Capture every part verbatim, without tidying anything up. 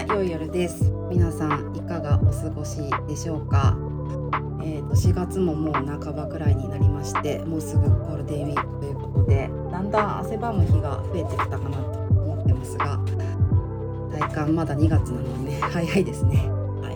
良い夜です。皆さんいかがお過ごしでしょうか。えーと、しがつももう半ばくらいになりまして、もうすぐゴールデンウィークということで、だんだん汗ばむ日が増えてきたかなと思ってますが、体感まだにがつなのにね、早いですね。はい。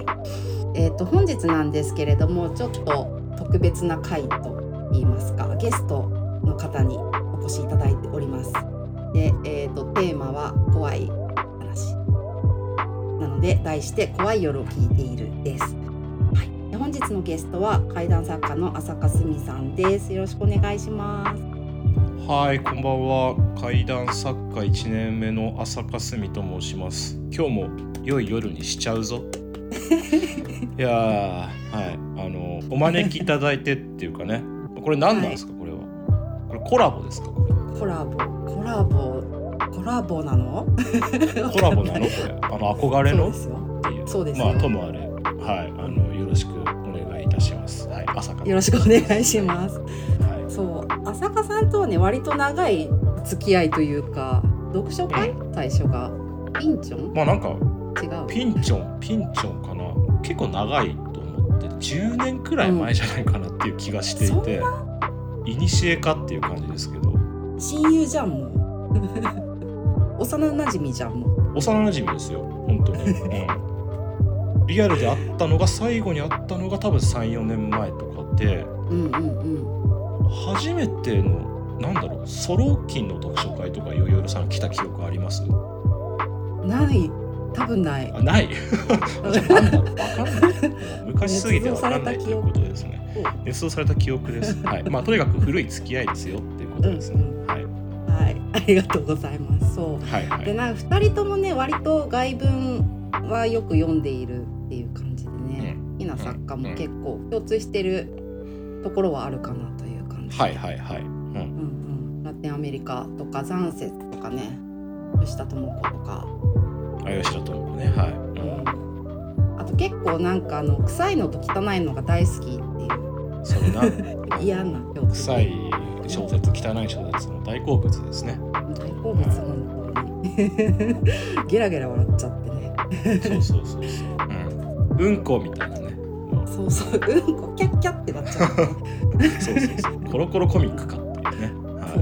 えーと、本日なんですけれども、ちょっと特別な回と言いますか、ゲストの方にお越しいただいております。で、えーと、テーマは怖い話なので、題して怖い夜を聞いているです。はい、で本日のゲストは怪談作家の浅香すみさんです。よろしくお願いします。 はい、こんばんは。怪談作家いちねんめの浅香すみと申します。今日も良い夜にしちゃうぞ。いやー、はい、あのお招きいただいてっていうかね、これ何なんですか、はい、これはこれコラボですか。これコラボコラボコラボなのコラボなのこれ、あの憧れのっていう、 そうですよ、 まあともあれ、はい、あのよろしくお願いいたします。はい、浅香よろしくお願いします。はい、そう浅香さんとはね、割と長い付き合いというか、読書会、うん、最初がピンチョン、 まあなんか違うピンチョンピンチョンかな、結構長いと思ってじゅうねんくらい前じゃないかなっていう気がしていて、いにしえかっていう感じですけど、 親友じゃんもう幼馴染じゃんもう幼馴染ですよ本当に、うん、リアルで会ったのが最後に会ったのが多分 さん,よ 年前とかで、 うんうんうん、 初めてのなんだろうソロキンの読書会とかよいよるさん来た記憶あります？ ない、多分ない。 あ、ないじゃあなんだろう分かんない昔すぎて分かんないということですね。捏造された記憶です、はい、まあとにかく古い付き合いですよっていうことですね、うんうん、はい、 はい、ありがとうございます。そう、はいはい、でなんかふたりともね、割と外文はよく読んでいるっていう感じでね、好きな作家も結構共通してるところはあるかなという感じで、 はいはいはい、うんうんうん、ラテンアメリカとか残雪とかね、吉田智子とか、 あ、吉田智子ね、はい、 うん、あと結構なんかあの臭いのと汚いのが大好きっていう、それな嫌な共通、 臭い小説、汚い小説の大好物ですね。 大好物、本当にゲラゲラ笑っちゃってねそうそうそうそう、うん、うんこみたいなね、 そうそう、うんこキャッキャってなっちゃう、ね、 そうそうそう、コロコロコミックかっていうね、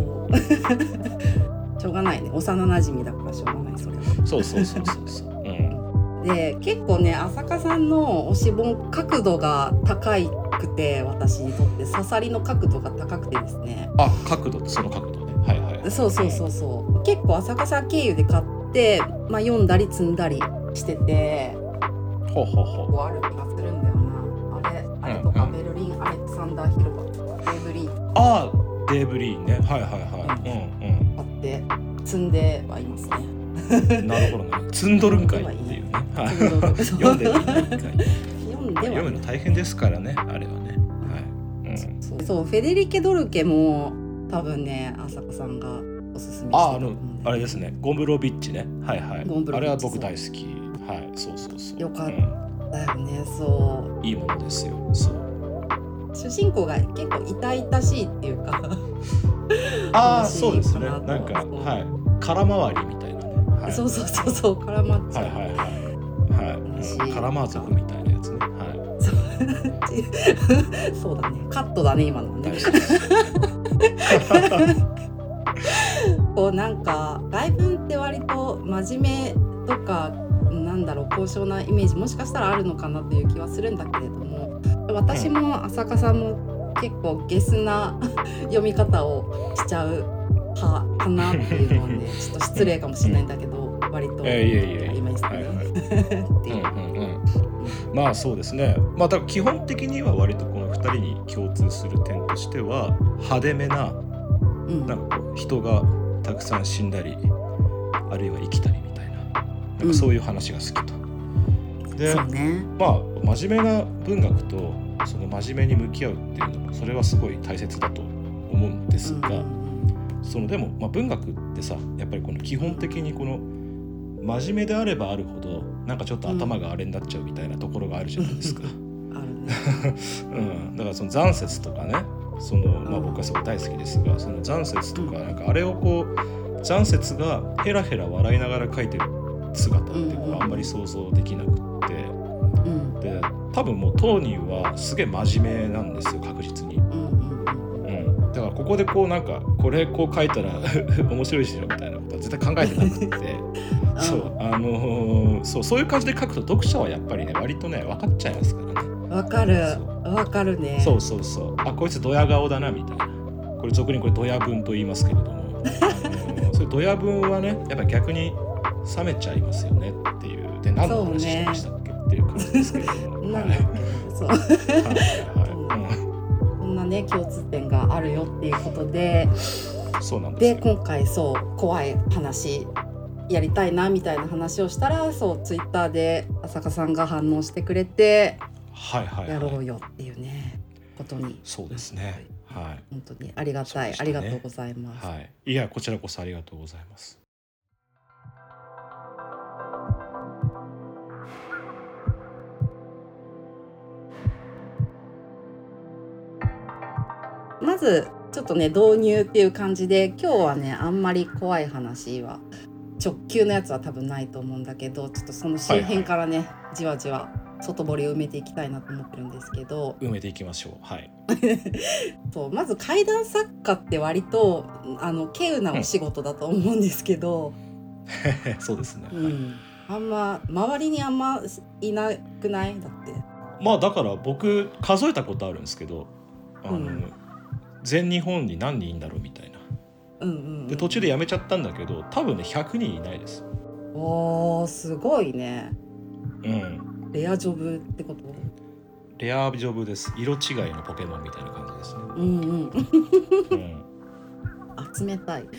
はい、しょうがないね、幼馴染だからしょうがない、それは。 そうそうそうそうそう、うん、 で結構ね、浅香さんの推し本角度が高くて、私にとって刺さりの角度が高くてですね。 あ、角度ってその角度ね、はいはい、 そうそうそうそう、結構浅香さん経由で買って、まあ、読んだり積んだりしてて、 ほうほうほう、 こうある気がするんだよな。あれあれとか、うんうん、ベルリン・アレクサンダー広場とかデーブリーン、 ああデーブリーンね、はいはいはい、うんうん、 買って積んではいますね。 なるほどね、積んどるんかいっていうね、読んではいないんかい読んでは読むの大変ですからね、あれはね、はい、うん、 そうそう、フェデリケ・ドルケも多分ね、浅香さんがおすすめしてた、 あ、あのあれですね、ゴンブロビッチね、はいはい、あれは僕大好き、はい、そうそうそう、 よかったよね、うん、そういいものですよ、そう、 主人公が結構痛々しいっていうかああ、そうですね、なんか、はい、空回りみたいなね、はい、 そうそうそうそう、絡まっちゃう、 はいはいはい、はい、カラマーゾフみたいなやつね、はい、 そうだね、カットだね今のねこうなんか外文って割と真面目とか、なんだろう、高尚なイメージもしかしたらあるのかなという気はするんだけれども、私も浅香さんも結構ゲスな読み方をしちゃう派かなっていうのはねちょっと失礼かもしれないんだけど、割とありましたね。 まあそうですね、まあ多分基本的には割とこのふたりに共通する点としては、派手めな、うん、なんかこう人がたくさん死んだりあるいは生きたりみたいな、なんかそういう話が好きと、うん、で、そうね、まあ真面目な文学とその真面目に向き合うっていうのも、それはすごい大切だと思うんですが、うん、そのでも、まあ、文学ってさ、やっぱりこの基本的にこの真面目であればあるほどなんかちょっと頭があれになっちゃうみたいなところがあるじゃないですか、うん、あるね、うん、だからその残雪とかね、その、まあ、僕はすごい大好きですが、その残雪とか、なんかあれをこう残雪がヘラヘラ笑いながら書いてる姿っていうのはあんままり想像できなくって、 うん、 で多分もう当人はすげえ真面目なんですよ、確実に、うんうんうん、だからここでこうなんかこれこう書いたら面白いしよみたいなことは絶対考えてなくってそうあのー、そうそういう感じで書くと読者はやっぱりね割とね分かっちゃいますからね。 わかるわかるね。 そうそうそう、あこいつドヤ顔だなみたいな、これ俗にこれドヤ文と言いますけれども、あのー、そういうドヤ文はねやっぱり逆に冷めちゃいますよねっていう、で何の話してましたっけ、ね、っていう感じですけれどもなんだっけ、そうはいはいはい、うん、こんなね共通点があるよっていうことで、 そうなんですよ。 で今回そう怖い話やりたいなみたいな話をしたら、そうツイッターで浅香さんが反応してくれて、 はいはいはい、 やろうよっていうねことに。 そうですね、はい、 本当にありがたい、ね、ありがとうございます、 はい、いやこちらこそありがとうございます。 まずちょっとね導入っていう感じで、今日はねあんまり怖い話は直球のやつは多分ないと思うんだけど、ちょっとその周辺からね、はいはい、じわじわ外堀を埋めていきたいなと思ってるんですけど、 埋めていきましょう。はいそうまず怪談作家って割とあの稀有なお仕事だと思うんですけど、 うん、そうですね、 うん、あんま周りにあんまいなくない？だってまあだから僕数えたことあるんですけど、あの、うん、全日本に何人いんだろうみたいな、 うんうんうん、 で途中でやめちゃったんだけど多分ねひゃくにんいないです。 おーすごいね。 うん、 レアジョブってこと？ レアジョブです。色違いのポケモンみたいな感じですね。 うんうん、うん、集めたい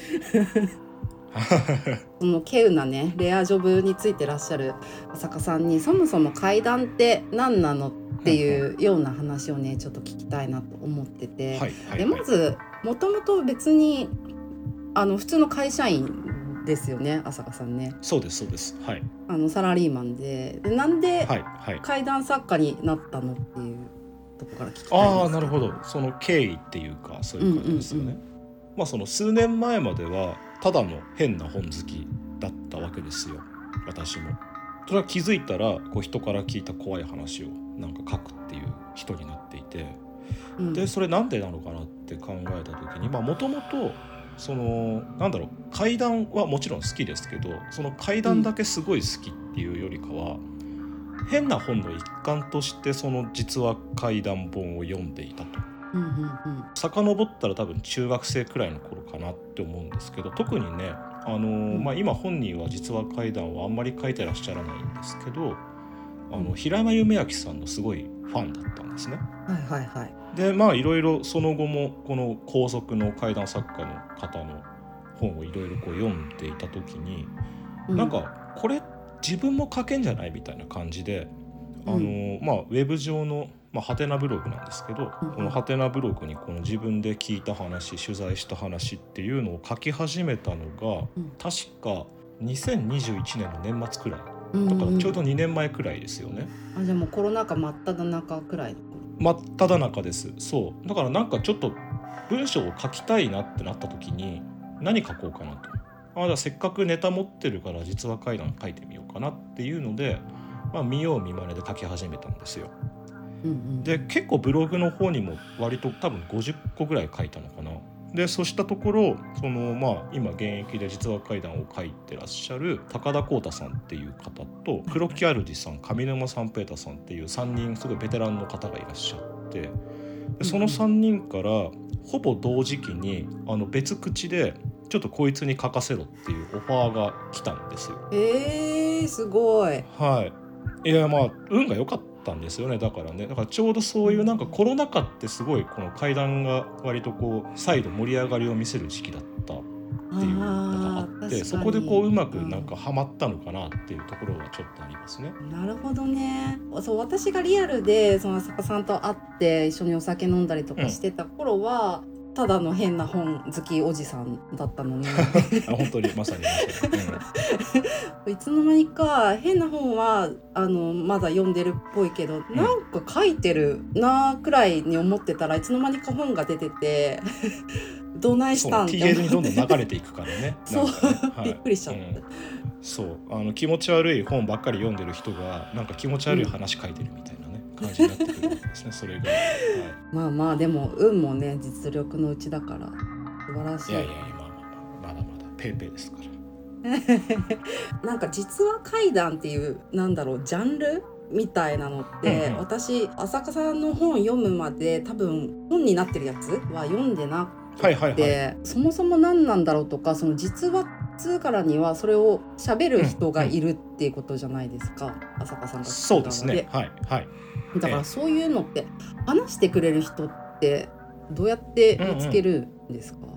その稀有なねレアジョブについてらっしゃる浅香さんに、そもそも怪談って何なのっていうような話をねちょっと聞きたいなと思ってて、はいはいはい、でまずもともと別にあの普通の会社員ですよね、浅香さんね。 そうですそうです、はい、 あのサラリーマン で, でなんで怪談作家になったのっていうところから聞きたいんですけど。 ああなるほど、その経緯っていうかそういう感じですよね、うんうんうん、まあその数年前まではただの変な本好きだったわけですよ、私も。それは気づいたらこう人から聞いた怖い話をなんか書くっていう人になっていて、うん、でそれなんでなのかなって考えた時に、まあもともとそのなんだろう怪談はもちろん好きですけど、その怪談だけすごい好きっていうよりかは、うん、変な本の一環としてその実は怪談本を読んでいたと。うんうんうん、遡ったら多分中学生くらいの頃かなって思うんですけど、特にね、あのーうんまあ、今本人は実話怪談はあんまり書いてらっしゃらないんですけど、あの平山夢明さんのすごいファンだったんですね。 はいはいはい。 でまあいろいろその後もこの皇族の怪談作家の方の本をいろいろこう読んでいた時に、うん、なんかこれ自分も書けんじゃないみたいな感じで、あのーまあ、ウェブ上のまあ、ハテナブログなんですけど、うん、このハテナブログにこの自分で聞いた話、取材した話っていうのを書き始めたのが、うん、確かにせんにじゅういちねんの年末くらい、うんうん、だからちょうどにねんまえくらいですよね。 あ、じゃあもうコロナ禍真っ只中くらい。 真っ只中です。そうだからなんかちょっと文章を書きたいなってなった時に何書こうかなと、あじゃあせっかくネタ持ってるから実話怪談書いてみようかなっていうので、まあ、見よう見まねで書き始めたんですよ。うんうん、で結構ブログの方にも割と多分ごじゅっこぐらい書いたのかな。でそうしたところその、まあ、今現役で実話怪談を書いてらっしゃる高田光太さんっていう方と黒木アルジさん、上沼三平太さんっていうさんにんすごいベテランの方がいらっしゃって、でそのさんにんからほぼ同時期にあの別口でちょっとこいつに書かせろっていうオファーが来たんですよ。 えー、すごい。 はい、いやまあ運が良かったんですよね。だからねだからちょうどそういうなんかコロナ禍ってすごいこの怪談が割とこう再度盛り上がりを見せる時期だったっていうのがあって、そこでこううまくなんかハマったのかなっていうところはちょっとありますね。 なるほどね。そう私がリアルでその浅香さんと会って一緒にお酒飲んだりとかしてた頃は、うんただの変な本好きおじさんだったのにあ本当にまさにまさに、 うん、いつの間にか変な本はあのまだ読んでるっぽいけど、うん、なんか書いてるなくらいに思ってたらいつの間にか本が出ててどないしたんそう ティーエル にどんどん流れていくからねそう、 なんかねはい、 びっくりしちゃった、うん、 そうあの気持ち悪い本ばっかり読んでる人がなんか気持ち悪い話書いてるみたいなね、うん、感じになってくるんですねそれが、はい、 まあまあでも運もね実力のうちだから素晴らしい。 いやいやいやまあまあまあまだまだペーペーですからなんか実話怪談っていうなんだろうジャンルみたいなのって、うんうん、私浅香さんの本読むまで多分本になってるやつは読んでなくて、はいはいはい、そもそも何なんだろうとかその実話つからにはそれを喋る人がいるっていうことじゃないですか、うんうん、浅香さんがそうですねはいはいだからそういうのって話してくれる人ってどうやって見つけるんですか？うんうん、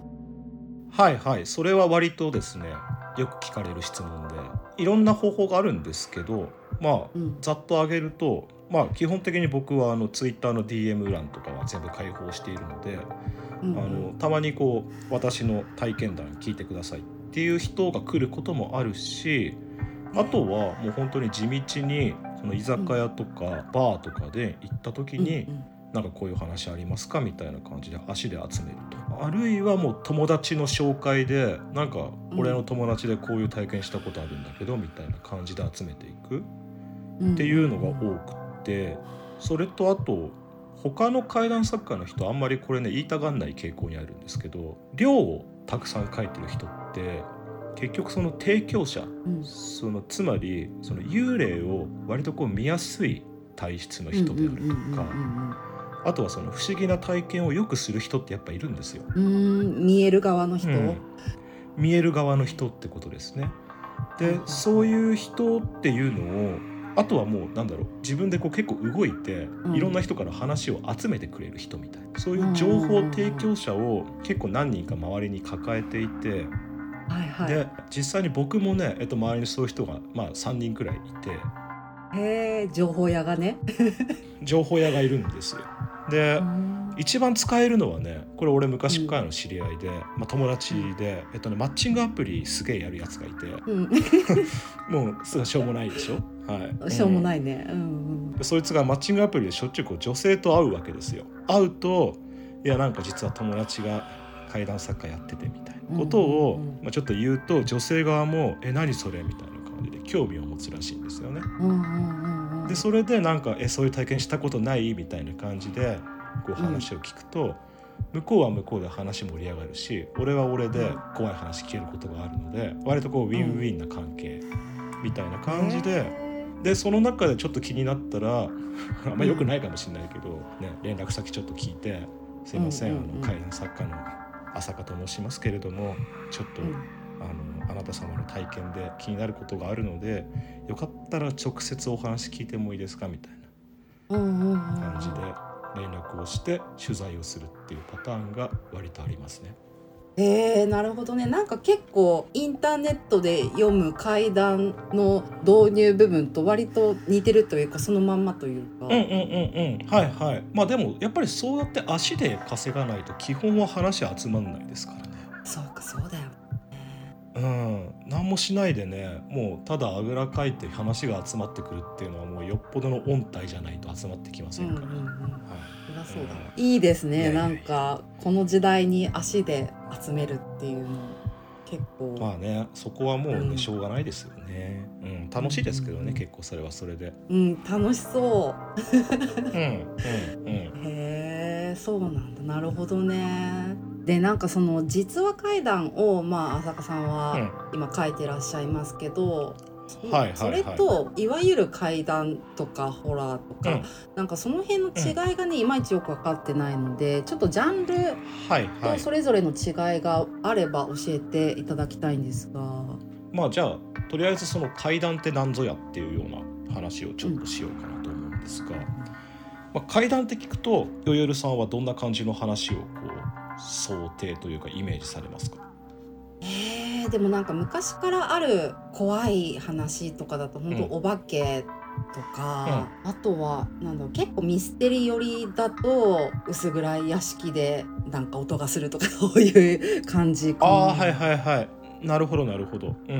はいはいそれは割とですねよく聞かれる質問でいろんな方法があるんですけどまあ、うん、ざっと挙げるとまあ基本的に僕はあのツイッターの ディーエム 欄とかは全部開放しているので、うんうん、あのたまにこう私の体験談聞いてくださいっていう人が来ることもあるしあとはもう本当に地道にその居酒屋とかバーとかで行った時に、うんうん、なんかこういう話ありますかみたいな感じで足で集めるとあるいはもう友達の紹介でなんか俺の友達でこういう体験したことあるんだけどみたいな感じで集めていくっていうのが多くってそれとあと他の怪談作家の人あんまりこれね言いたがんない傾向にあるんですけど量をたくさん書いてる人って結局その提供者、うん、そのつまりその幽霊を割とこう見やすい体質の人であるとかあとはその不思議な体験をよくする人ってやっぱいるんですよ。 うーん見える側の人、うん、 見える側の人ってことですね。で、うん、そういう人っていうのをあとはもうなんだろう自分でこう結構動いて、うん、いろんな人から話を集めてくれる人みたいなそういう情報提供者を結構何人か周りに抱えていて、はいはい、で実際に僕もね、えっと、周りにそういう人が、まあ、さんにんくらいいてへー情報屋がね情報屋がいるんですよ。で一番使えるのはねこれ俺昔からの知り合いで、うんまあ、友達で、えっとね、マッチングアプリすげえやるやつがいて、うん、もうすぐしょうもないでしょ、はい、 しょうもないね、 うんうん、でそいつがマッチングアプリでしょっちゅうこう女性と会うわけですよ。会うといやなんか実は友達が怪談作家やっててみたいなことを、うんうんうんまあ、ちょっと言うと女性側もえ何それみたいな感じで興味を持つらしいんですよね、うんうんうん、でそれでなんかえそういう体験したことないみたいな感じでこう話を聞くと、うん、向こうは向こうで話盛り上がるし俺は俺で怖い話聞けることがあるので割とこうウィンウィンな関係みたいな感じで、うん、でその中でちょっと気になったらあんま良くないかもしれないけど、ね、連絡先ちょっと聞いてすいません、うんうんうん、あの怪談作家の浅香と申しますけれどもちょっと、うん、あのあなた様の体験で気になることがあるのでよかったら直接お話聞いてもいいですかみたいな感じで連絡をして取材をするっていうパターンが割とありますね。 えー、なるほどね。なんか結構インターネットで読む怪談の導入部分と割と似てるというかそのまんまというかうんうんうんうんはいはいまあでもやっぱりそうやって足で稼がないと基本は話集まんないですからね。 そうかそうだよね。 うん何もしないでねもうただあぐらかいて話が集まってくるっていうのはもうよっぽどの音体じゃないと集まってきませんから、うんうんうんはいそうだうん、いいですね。いやいやいやなんかこの時代に足で集めるっていうの結構まあねそこはもうね、うん、しょうがないですよね、うん、楽しいですけどね、うん、結構それはそれでうん楽しそううんうんうんへえそうなんだなるほどね。でなんかその実話怪談をまあ浅香さんは今書いてらっしゃいますけど、うんはいはいはい、それといわゆる怪談とかホラーとか、うん、なんかその辺の違いがね、うん、いまいちよく分かってないのでちょっとジャンルとそれぞれの違いがあれば教えていただきたいんですが、はいはい、 まあじゃあとりあえずその怪談って何ぞやっていうような話をちょっとしようかなと思うんですが、うんまあ、怪談って聞くとよよるさんはどんな感じの話をこう想定というかイメージされますか？ えー、でもなんか昔からある怖い話とかだと本当お化けとか、うん、あとはなんだろう結構ミステリー寄りだと薄暗い屋敷でなんか音がするとかそういう感じかな。 あーはいはいはいなるほどなるほど、うんうん、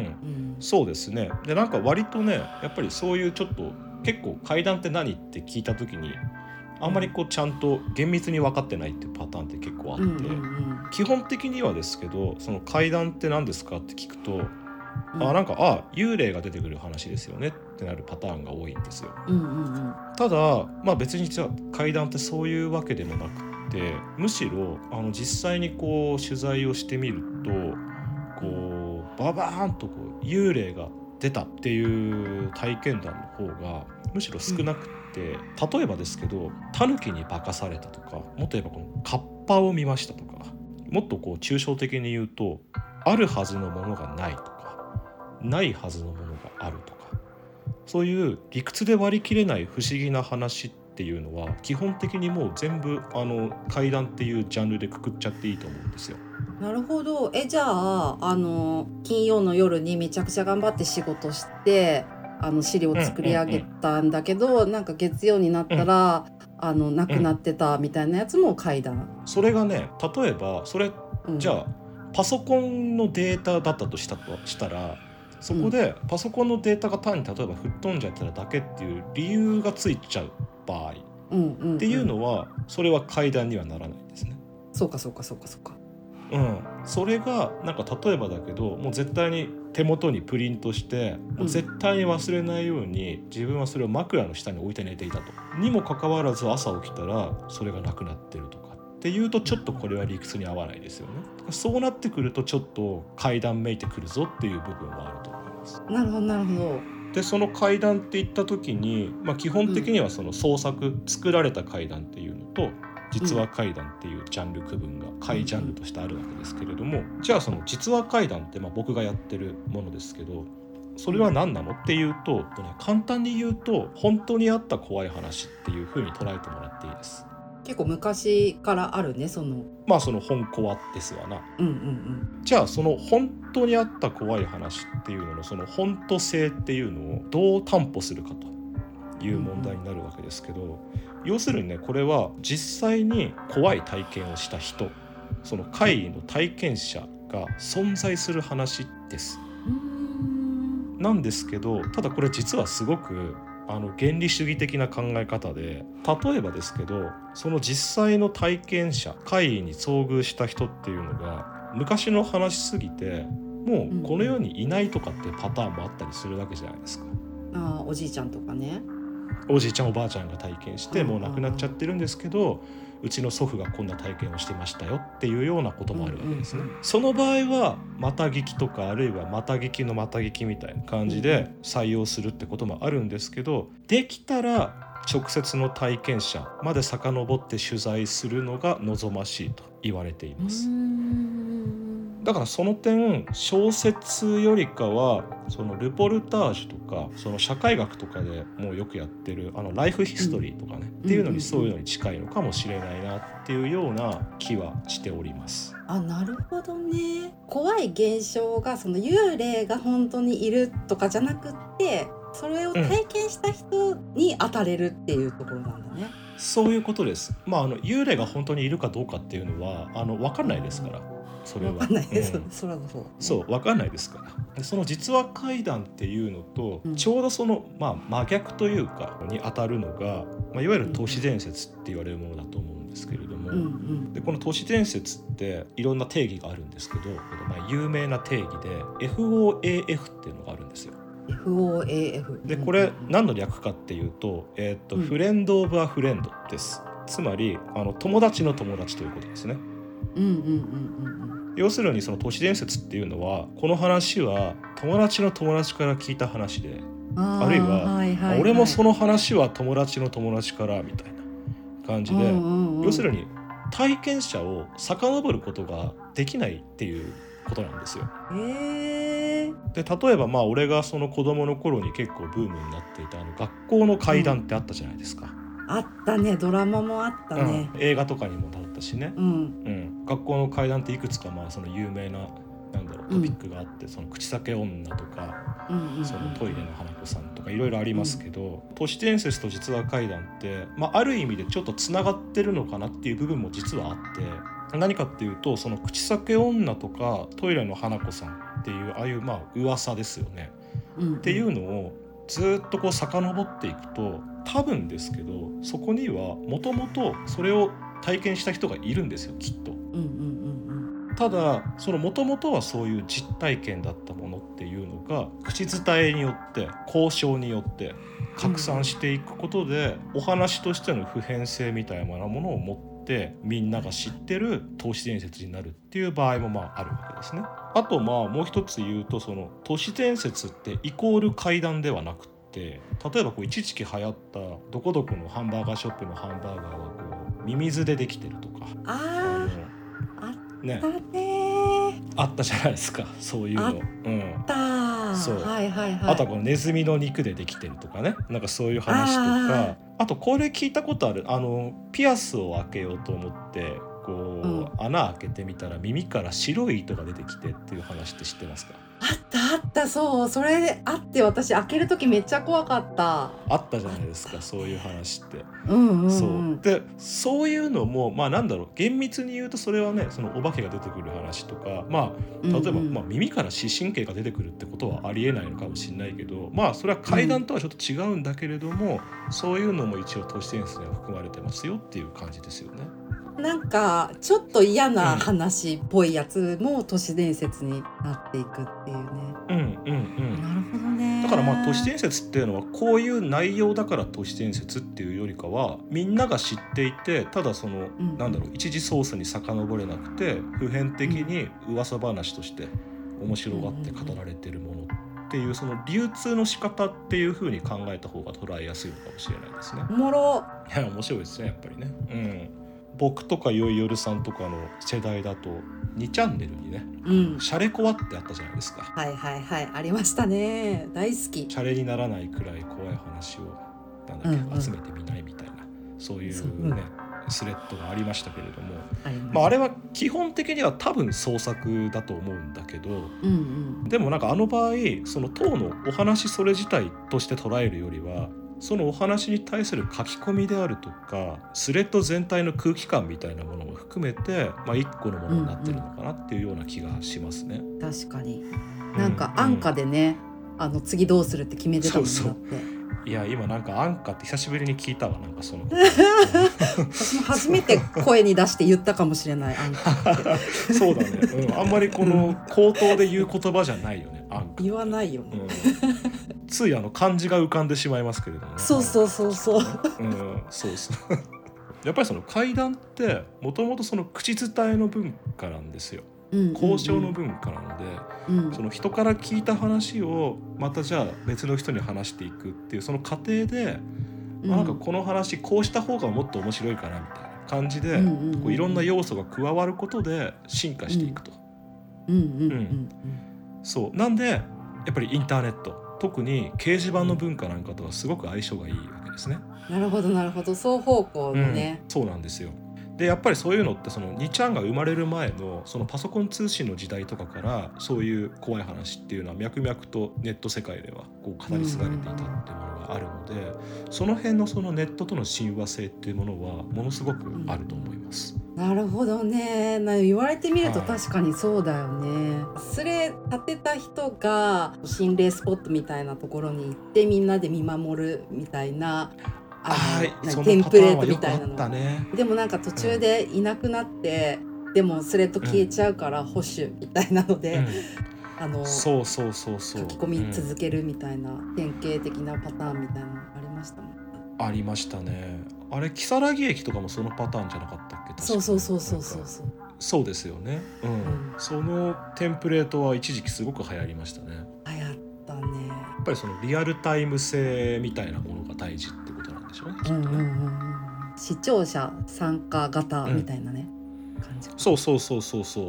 そうですね。でなんか割とねやっぱりそういうちょっと結構怪談って何って聞いた時にあんまりこうちゃんと厳密に分かってないっていうパターンって結構あって、 うんうんうん、 基本的にはですけど、その怪談って何ですかって聞くと、 うん、 あなんかあ幽霊が出てくる話ですよねってなるパターンが多いんですよ。 うんうんうん、 ただ、まあ、別にじゃあ怪談ってそういうわけでもなくて、むしろあの実際にこう取材をしてみると、こうババーンとこう幽霊が出たっていう体験談の方がむしろ少なくて、うん、例えばですけどタヌキに化かされたとか、もっと言えばこのカッパを見ましたとか、もっとこう抽象的に言うとあるはずのものがないとかないはずのものがあるとか、そういう理屈で割り切れない不思議な話っていうのは基本的にもう全部あの怪談っていうジャンルでくくっちゃっていいと思うんですよ。 なるほど。えじゃああの金曜の夜にめちゃくちゃ頑張って仕事してあの資料を作り上げたんだけど、うんうんうん、なんか月曜になったら、うん、あの亡くなってたみたいなやつも怪談、 うん、それがね、例えばそれ、うん、じゃあパソコンのデータだったとしたとしたら、そこでパソコンのデータが単に例えば吹っ飛んじゃってただけっていう理由がついちゃう場合、うんうんうん、っていうのはそれは怪談にはならないんですね。 そうかそうかそうかそうか。 うん、それがなんか例えばだけど、もう絶対に手元にプリントして、もう絶対に忘れないように自分はそれを枕の下に置いて寝ていたと、にもかかわらず朝起きたらそれがなくなってるとかっていうと、ちょっとこれは理屈に合わないですよね。そうなってくるとちょっと怪談めいてくるぞっていう部分はあると思います。 なるほどなるほど。 でその怪談っていった時に、まあ、基本的にはその創作、うん、作られた怪談っていうのと実話怪談っていうジャンル区分が怪ジャンルとしてあるわけですけれども、じゃあその実話怪談ってまあ僕がやってるものですけど、それは何なのっていうと、簡単に言うと本当にあった怖い話っていう風に捉えてもらっていいです。 結構昔からあるね、そのまあその本コアですわな、 うんうんうん、 じゃあその本当にあった怖い話っていうののその本当性っていうのをどう担保するかという問題になるわけですけど、うんうん、要するにね、これは実際に怖い体験をした人、その怪異の体験者が存在する話です。うーんなんですけど、ただこれ実はすごくあの原理主義的な考え方で、例えばですけど、その実際の体験者、怪異に遭遇した人っていうのが昔の話すぎてもうこの世にいないとかっていうパターンもあったりするわけじゃないですか。 うん、あおじいちゃんとかね、 おじいちゃんおばあちゃんが体験してもう亡くなっちゃってるんですけど、うちの祖父がこんな体験をしてましたよっていうようなこともあるわけですね、うんうんうん、その場合はまた聞きとか、あるいはまた聞きのまた聞きみたいな感じで採用するってこともあるんですけど、できたら直接の体験者まで遡って取材するのが望ましいと言われています。だからその点、小説よりかはそのルポルタージュとかその社会学とかでもうよくやってるあのライフヒストリーとかね、うん、っていうのにそういうのに近いのかもしれないなっていうような気はしております。 あ、なるほどね。怖い現象がその幽霊が本当にいるとかじゃなくって、それを体験した人に当たれるっていうところなんだね、 うん、そういうことです。まあ、あの幽霊が本当にいるかどうかっていうのはあの分かんないですから、それは分かんないです、うん、それはそう、 そう分かんないですから。でその実話怪談っていうのと、うん、ちょうどその、まあ、真逆というかに当たるのが、まあ、いわゆる都市伝説って言われるものだと思うんですけれども、うんうん、でこの都市伝説っていろんな定義があるんですけど、まあ、有名な定義で エフオーエーエフ っていうのがあるんですよ。 エフオーエーエフでこれ何の略かっていうと、えー、っと、うん、フレンドオブアフレンドです。つまりあの友達の友達ということですね。うんうんうんうん、要するにその都市伝説っていうのは、この話は友達の友達から聞いた話で、 あ, あるいは、はいはいはい、俺もその話は友達の友達からみたいな感じで、うんうんうん、要するに体験者を遡ることができないっていうことなんですよ。へー。で例えばまあ俺がその子供の頃に結構ブームになっていたあの学校の怪談ってあったじゃないですか、 うん、あったね。ドラマもあったね、 うん、映画とかにもなったしね、うんうん、学校の怪談っていくつかまあその有名ななんだろうトピックがあって、うん、その口裂け女とか、うんうんうん、そのトイレの花子さんとかいろいろありますけど、うん、都市伝説と実話怪談って、まあ、ある意味でちょっとつながってるのかなっていう部分も実はあって、何かっていうとその口裂け女とかトイレの花子さんっていうああいうまあ噂ですよね、うんうん、っていうのをずっとこう遡っていくと多分ですけどそこにはもともとそれを体験した人がいるんですよきっと。 うんうんうんうん、 ただそのもともとはそういう実体験だったものっていうのが口伝えによって交渉によって拡散していくことで、うん、お話としての普遍性みたいなものを持ってみんなが知ってる都市伝説になるっていう場合もまああるわけですね。あとまあもう一つ言うとその都市伝説ってイコール怪談ではなくて、例えばこう一時期流行ったどこどこのハンバーガーショップのハンバーガーはこうミミズでできてるとか、 ああね、 あったねあったじゃないですかそういうの。 あったそう、 はいはいはい、 あとはこのネズミの肉でできてるとかね、なんかそういう話とか、 あ, あとこれ聞いたことある、あのピアスを開けようと思ってこう、うん、穴開けてみたら耳から白い糸が出てきてっていう話って知ってますか？ あったあった、そうそれあって私開ける時めっちゃ怖かった。 あったじゃないですかそういう話って、 うんうんうん、 そうでそういうのもまあなんだろう、厳密に言うとそれはねそのお化けが出てくる話とか、まあ例えば、うんうん、まあ、耳から視神経が出てくるってことはありえないのかもしれないけど、まあそれは怪談とはちょっと違うんだけれども、うん、そういうのも一応都市伝説には含まれてますよっていう感じですよね。 なんかちょっと嫌な話っぽいやつも都市伝説になっていくっていうね。 うんうんうん。 なるほどね。 だからまあ都市伝説っていうのはこういう内容だから都市伝説っていうよりかはみんなが知っていて、ただその、うん、なんだろう一時ソースに遡れなくて普遍的に噂話として面白がって語られてるものっていうその流通の仕方っていう風に考えた方が捉えやすいのかもしれないですね。 おもろ。 いや面白いですねやっぱりね。うん。僕とかよいよるさんとかの世代だとにチャンネルにね、うん、シャレコアってあったじゃないですか。 はいはいはいありましたね、大好き。 シャレにならないくらい怖い話をなんだっけ、うんうん、集めてみないみたいなそういうね、うん、スレッドがありましたけれども、あ, まあ、あれは基本的には多分創作だと思うんだけど、うんうん、でもなんかあの場合その当のお話それ自体として捉えるよりはそのお話に対する書き込みであるとかスレッド全体の空気感みたいなものも含めて、まあ、一個のものになってるのかなっていうような気がしますね、 うんうん、確かになんか安価でね、うん、あの次どうするって決めてたもんだって。そうそういや今なんか安価って久しぶりに聞いたわなんかその私も初めて声に出して言ったかもしれない安価ってそうだね、うん、あんまりこの口頭で言う言葉じゃないよね安価言わないよね、 うん、ついあの漢字が浮かんでしまいますけれどもね。 そうそうそうそう、 うん、そうそうやっぱりその怪談ってもともとその口伝えの文化なんですよ、うんうんうん、交渉の文化なので、うん、その人から聞いた話をまたじゃあ別の人に話していくっていうその過程で、うん、なんかこの話こうした方がもっと面白いかなみたいな感じで、うんうんうん、こういろんな要素が加わることで進化していくと、うんうんうんうん、そうなんでやっぱりインターネット特に掲示板の文化なんかとはすごく相性がいいわけですね。 なるほどなるほど、双方向のね、 うん、そうなんですよ。でやっぱりそういうのってそのにちゃんが生まれる前のそのパソコン通信の時代とかからそういう怖い話っていうのは脈々とネット世界ではこう語り継がれていたっていうものがあるので、その辺のそのネットとの親和性っていうものはものすごくあると思います、 うん、なるほどね。な言われてみると確かにそうだよね、はい、スレ立てた人が心霊スポットみたいなところに行ってみんなで見守るみたいなあのテンプレートみたいなの、ね、でもなんか途中でいなくなって、うん、でもスレッド消えちゃうから保守みたいなので、うん、あのそうそうそうそう書き込み続けるみたいな、うん、典型的なパターンみたいなのありましたもん。 ありましたね。あれ如月駅とかもそのパターンじゃなかったっけ？ そうそうそうそうそうそうそうですよね、うんうん、そのテンプレートは一時期すごく流行りましたね。 流行ったね。 やっぱりそのリアルタイム性みたいなものが大事ってことなんでしょうね、きっとね、うんうんうん、 視聴者参加型みたいなね、うん、感じ。 そうそうそうそうそう。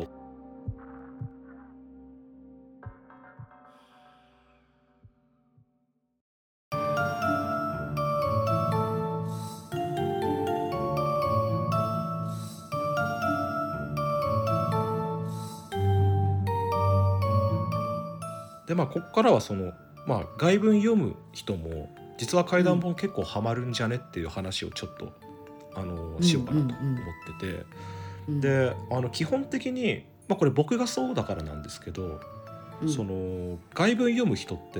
でまあここからはその、まあ、外文読む人も実は怪談本結構ハマるんじゃねっていう話をちょっとあのしようかなと思ってて、うんうんうん、であの基本的に、まあ、これ僕がそうだからなんですけど、うん、その外文読む人って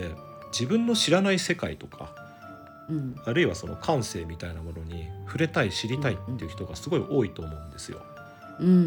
自分の知らない世界とか、 うん、 あるいはその感性みたいなものに触れたい知りたいっていう人がすごい多いと思うんですよ。 うんうんうん、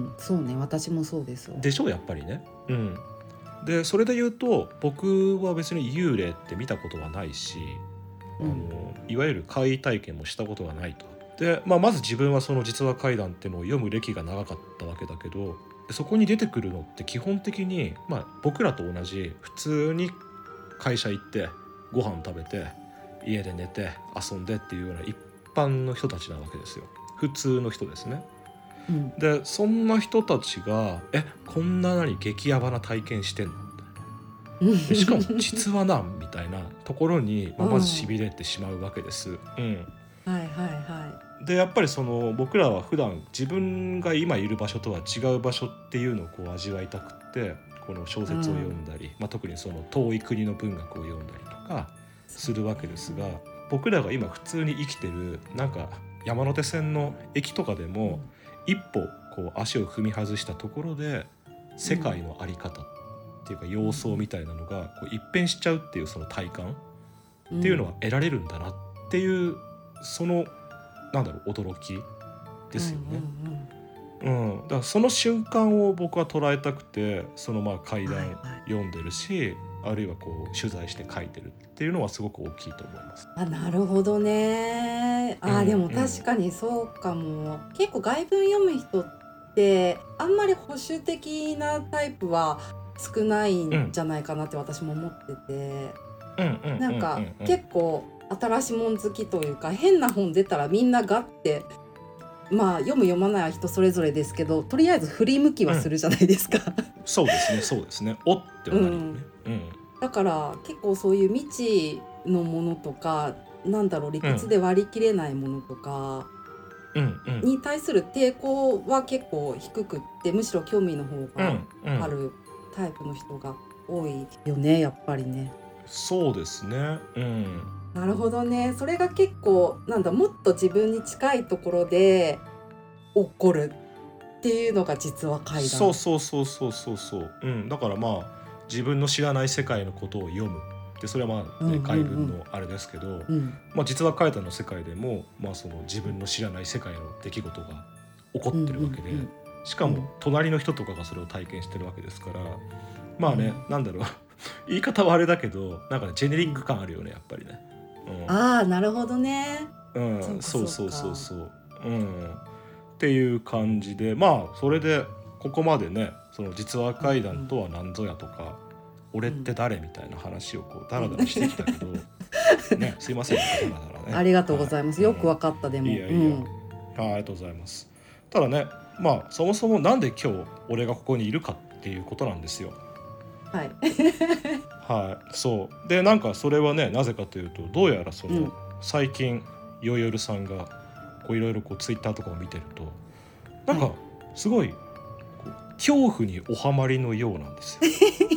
そうね、私もそうです。 でしょうやっぱりね。うん、でそれで言うと僕は別に幽霊って見たことはないし、あのいわゆる怪異体験もしたことがないと。で、まあ、まず自分はその実話怪談っていうのを読む歴が長かったわけだけど、そこに出てくるのって基本的に、まあ、僕らと同じ普通に会社行ってご飯食べて家で寝て遊んでっていうような一般の人たちなわけですよ。普通の人ですね。うん、でそんな人たちがえこんな何激ヤバな体験してんのみたいなしかも実話なんみたいなところに、まあ、まずしびれてしまうわけです、うん、 はいはいはい。 でやっぱりその僕らは普段自分が今いる場所とは違う場所っていうのをこう味わいたくってこの小説を読んだり、うんまあ、特にその遠い国の文学を読んだりとかするわけですが、僕らが今普通に生きてるなんか山手線の駅とかでも、うん、一歩こう足を踏み外したところで世界の在り方っていうか様相みたいなのがこう一変しちゃうっていうその体感っていうのは得られるんだなっていうそのなんだろう驚きですよね。うん、うんうん、だからその瞬間を僕は捉えたくてそのまあ怪談読んでるし、はいはい、あるいはこう取材して書いてるっていうのはすごく大きいと思います。 あ、なるほどね。あ、うん、でも確かにそうかも、うん、結構外文読む人ってあんまり保守的なタイプは少ないんじゃないかなって私も思ってて、うん、なんか結構新しいもん好きというか変な本出たらみんなガッてまあ読む読まないは人それぞれですけどとりあえず振り向きはするじゃないですか、うん、 そうですねそうですねおってはなるよね、うんうん、 だから結構そういう未知のものとかなんだろう理屈で割り切れないものとかに対する抵抗は結構低くってむしろ興味の方があるタイプの人が多いよねやっぱりね。 そうですね、うん、 なるほどね。それが結構なんだもっと自分に近いところで起こるっていうのが実は怪談。 そうそうそうそうそうそう、うん、だからまあ自分の知らない世界のことを読むでそれはまあ、ね、怪文のあれですけど、うんまあ、実は怪談の世界でも、まあ、その自分の知らない世界の出来事が起こってるわけで、うんうんうん、しかも隣の人とかがそれを体験してるわけですからまあね、うん、なんだろう言い方はあれだけどなんか、ね、ジェネリック感あるよねやっぱりね、 うん、ああなるほどね、 うん、そうそうそうそう、うん、っていう感じでまあそれでここまでねその実話怪談とは何ぞやとか、うんうん、俺って誰みたいな話をこうダラダラしてきたけど、ね、すいませんねダラダラねありがとうございます、はい、よくわかったでもいやいや、うん、あ, ありがとうございます。ただねまあそもそもなんで今日俺がここにいるかっていうことなんですよ。 はいはい、そうでなんかそれはねなぜかというとどうやらその、うん、最近よよるさんがいろいろツイッターとかを見てるとなんかすごい、はい、こう恐怖におはまりのようなんですよ、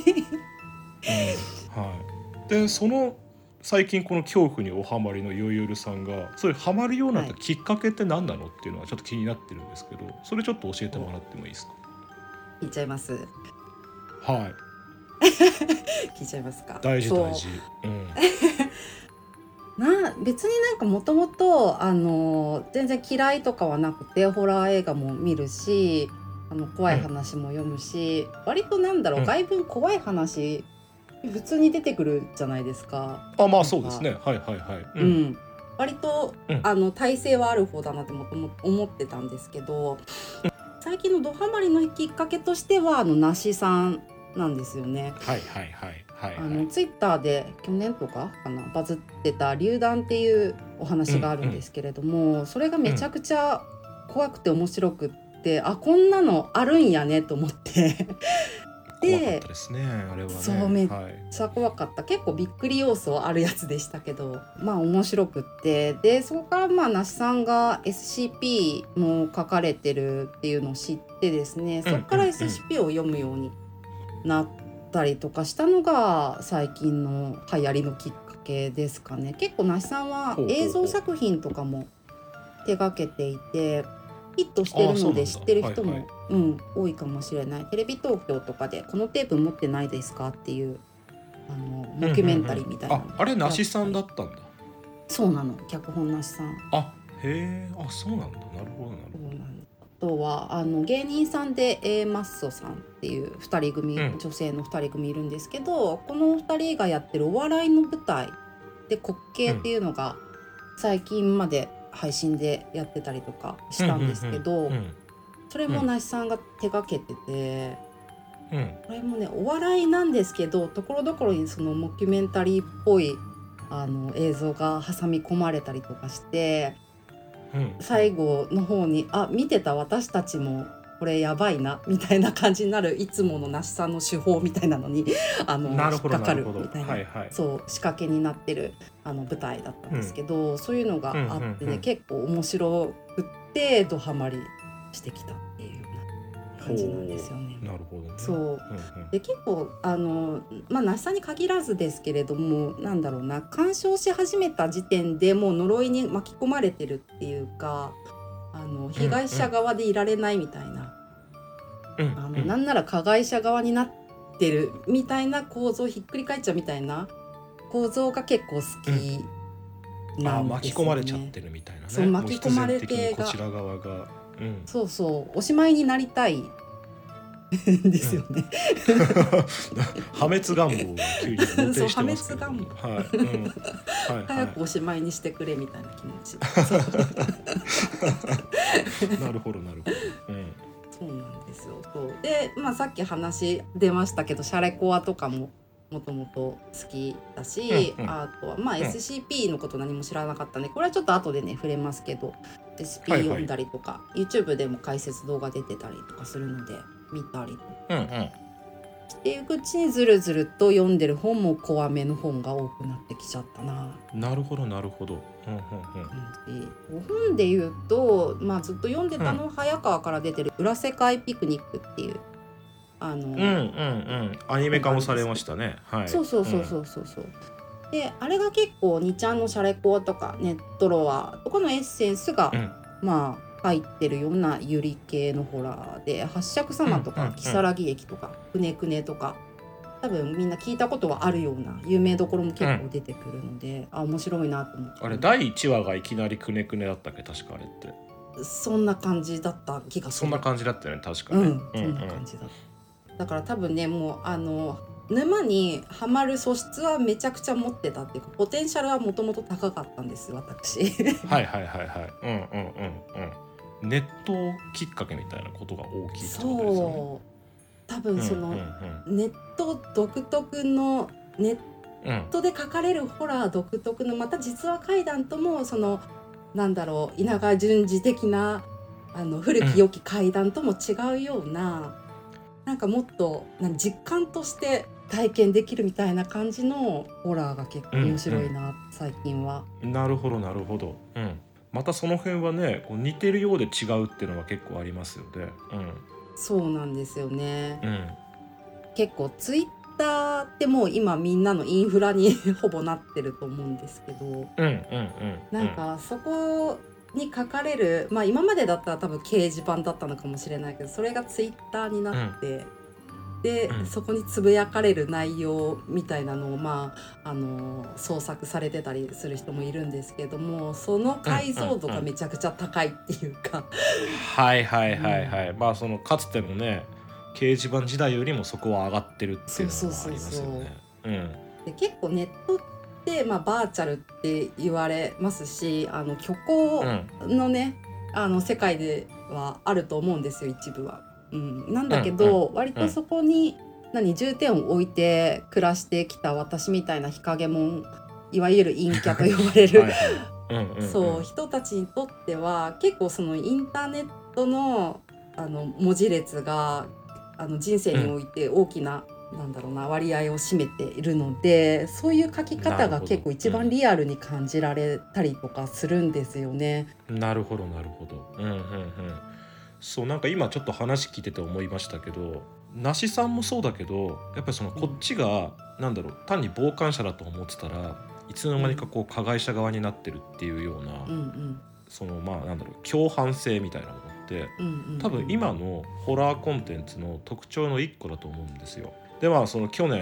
うんはい、でその最近この恐怖におはまりのよよるさんがそういうハマるようになったきっかけって何なのっていうのはちょっと気になってるんですけどそれちょっと教えてもらってもいいですか。 聞いちゃいますはい聞いちゃいますか。 大事大事、うん、 な別になんかもともとあの全然嫌いとかはなくてホラー映画も見るしあの怖い話も読むし、うん、割となんだろう、うん、外文怖い話普通に出てくるじゃないですか。 あまあそうですねはいはいはい、 うん、うん、割と、うん、あの耐性はある方だなってもとも思ってたんですけど、うん、最近のドハマりのきっかけとしてはあのなしさんなんですよね。 はいはいはいはい、はい、 あのツイッターで去年とかかなバズってた流弾っていうお話があるんですけれども、うんうん、それがめちゃくちゃ怖くて面白くって、うん、あこんなのあるんやねと思ってで怖かったですねあれはね。 そうめっちゃ怖かった、はい、結構びっくり要素あるやつでしたけどまあ面白くってでそこからまあ那須さんが エスシーピー も書かれてるっていうのを知ってですねそこから エスシーピー を読むようになったりとかしたのが最近の流行りのきっかけですかね。結構那須さんは映像作品とかも手掛けていてヒットしてるので知ってる人も、はいはいうん、多いかもしれない。テレビ東京とかでこのテープ持ってないですかっていうあのモキュメンタリーみたいな、 うんうんうん、あ, あれなしさんだったんだ。 そうなの、脚本なしさん。 あ、へえ、あ、そうなんだ。なるほどなるほど。 あとはあの芸人さんで A マッソさんっていうふたり組、うん、女性のふたり組いるんですけど、このふたりがやってるお笑いの舞台で滑稽っていうのが最近まで配信でやってたりとかしたんですけど、うんうんうんうん、それもなしさんが手掛けてて、うん、これもねお笑いなんですけど、ところどころにそのモキュメンタリーっぽいあの映像が挟み込まれたりとかして、うん、最後の方にあ見てた私たちもこれやばいなみたいな感じになる、いつものなしさんの手法みたいなのにあの引っかかるみたいな、はいはい、そう仕掛けになってるあの舞台だったんですけど、うん、そういうのがあってね、うんうんうん、結構面白くってドハマりしてきたっていう感じなんですよね。 なるほどね。 そう、うんうん、で結構あのまあ那須さんに限らずですけれども、なんだろうな、鑑賞し始めた時点でもう呪いに巻き込まれてるっていうか、あの被害者側でいられないみたいな、うんうん、あのなんなら加害者側になってるみたいな構造、ひっくり返っちゃうみたいな構造が結構好きなんですよね。 うん、あ、巻き込まれちゃってるみたいなね。 そう、巻き込まれてこちら側が、うん、 そうそうおしまいになりたいですよね、 うん、破滅願望が急に露呈してますけど、 そう破滅願望、 はいうんはいはい、 早くおしまいにしてくれみたいな気持ちなるほどなるほど、うん、 そうなんですよ。そうで、まあ、さっき話出ましたけどシャレコアとかももともと好きだし、うんうん、あとはまあ エスシーピー のこと何も知らなかったんで、これはちょっと後でね触れますけど エスピー 読んだりとか、はいはい、YouTube でも解説動画出てたりとかするので見たりとか、うんうん、していくうちにずるずると読んでる本も怖めの本が多くなってきちゃったな。 なるほどなるほど、うんうんうん、本で言うと、まあ、ずっと読んでたのは早川から出てる裏世界ピクニックっていうあの、うんうんうん、 アニメ化もされましたね、はい、 そうそうそうそうそうそう、うん、であれが結構にちゃんのシャレコアとかネットロワとかのエッセンスが、うん、まあ入ってるようなユリ系のホラーで、八尺様とか如月駅とかくねくねとか多分みんな聞いたことはあるような有名どころも結構出てくるので、うん、あ面白いなと思って。 あれだいいちわがいきなりくねくねだったっけ、確かあれってそんな感じだった気がする。 そんな感じだったよね確かに、うん、 そんな感じだった、うんうん、だから多分ねもうあの沼にはまる素質はめちゃくちゃ持ってたっていうか、ポテンシャルはもともと高かったんです私はいはいはいはいうんうんうんうんネットきっかけみたいなことが大きいってことですよね。 そう多分その、うんうんうん、ネット独特のネットで書かれるホラー独特のまた実話怪談ともそのなんだろう稲川淳二的なあの古き良き怪談とも違うような、うん、なんかもっと実感として体験できるみたいな感じのホラーが結構面白いな、うんうん、最近は。 なるほどなるほど、うん、またその辺はねこう似てるようで違うっていうのは結構ありますよね、うん、 そうなんですよね、うん、結構ツイッターってもう今みんなのインフラにほぼなってると思うんですけど、うんうんうんうん、なんかそこに書かれる、まあ今までだったら多分掲示板だったのかもしれないけど、それがツイッターになって、うん、で、うん、そこにつぶやかれる内容みたいなのをまああの創作されてたりする人もいるんですけども、その解像度がめちゃくちゃ高いっていうか、うんうんうん、 はいはいはいはい、うん、まあそのかつてのね掲示板時代よりもそこは上がってるっていうのはありますよね。 で結構ネットってまあ、バーチャルって言われますし、あの虚構のね、うん、あの世界ではあると思うんですよ一部は、うん、なんだけど、うんうん、割とそこに何重点を置いて暮らしてきた私みたいな日陰者、いわゆる陰キャと呼ばれるそう人たちにとっては結構そのインターネットの、あの文字列があの人生において大きな、うん、なんだろうな割合を占めているので、そういう書き方が結構一番リアルに感じられたりとかするんですよね。 なるほどなるほど、うんうんうん、そうなんか今ちょっと話聞いてて思いましたけど、なしさんもそうだけどやっぱりそのこっちが、うん、なんだろう単に傍観者だと思ってたらいつの間にかこう加害者側になってるっていうような、うんうん、そのまあなんだろう共犯性みたいなものって、うんうんうん、多分今のホラーコンテンツの特徴の一個だと思うんですよ。でまあその去年